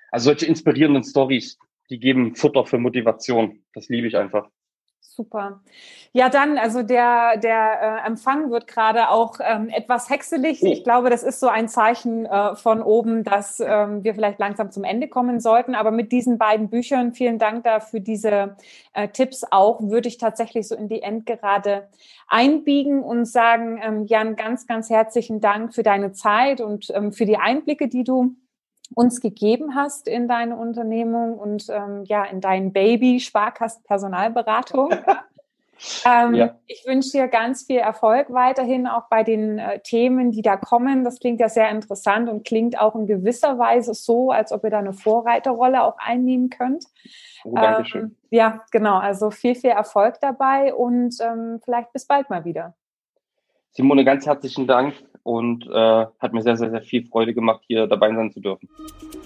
Also solche inspirierenden Storys, die geben Futter für Motivation. Das liebe ich einfach. Super. Ja, dann, also der, der äh, Empfang wird gerade auch ähm, etwas häckselig. Ich glaube, das ist so ein Zeichen äh, von oben, dass ähm, wir vielleicht langsam zum Ende kommen sollten. Aber mit diesen beiden Büchern, vielen Dank da für diese äh, Tipps auch, würde ich tatsächlich so in die Endgerade einbiegen und sagen, ähm, Jan, ganz, ganz herzlichen Dank für deine Zeit und ähm, für die Einblicke, die du uns gegeben hast in deine Unternehmung und ähm, ja in dein Baby Sparkassen Personalberatung. ähm, ja. Ich wünsche dir ganz viel Erfolg weiterhin auch bei den äh, Themen, die da kommen. Das klingt ja sehr interessant und klingt auch in gewisser Weise so, als ob ihr da eine Vorreiterrolle auch einnehmen könnt. Oh, Dankeschön. Ähm, ja, genau. Also viel, viel Erfolg dabei und ähm, vielleicht bis bald mal wieder. Simone, ganz herzlichen Dank und äh, hat mir sehr, sehr, sehr viel Freude gemacht, hier dabei sein zu dürfen.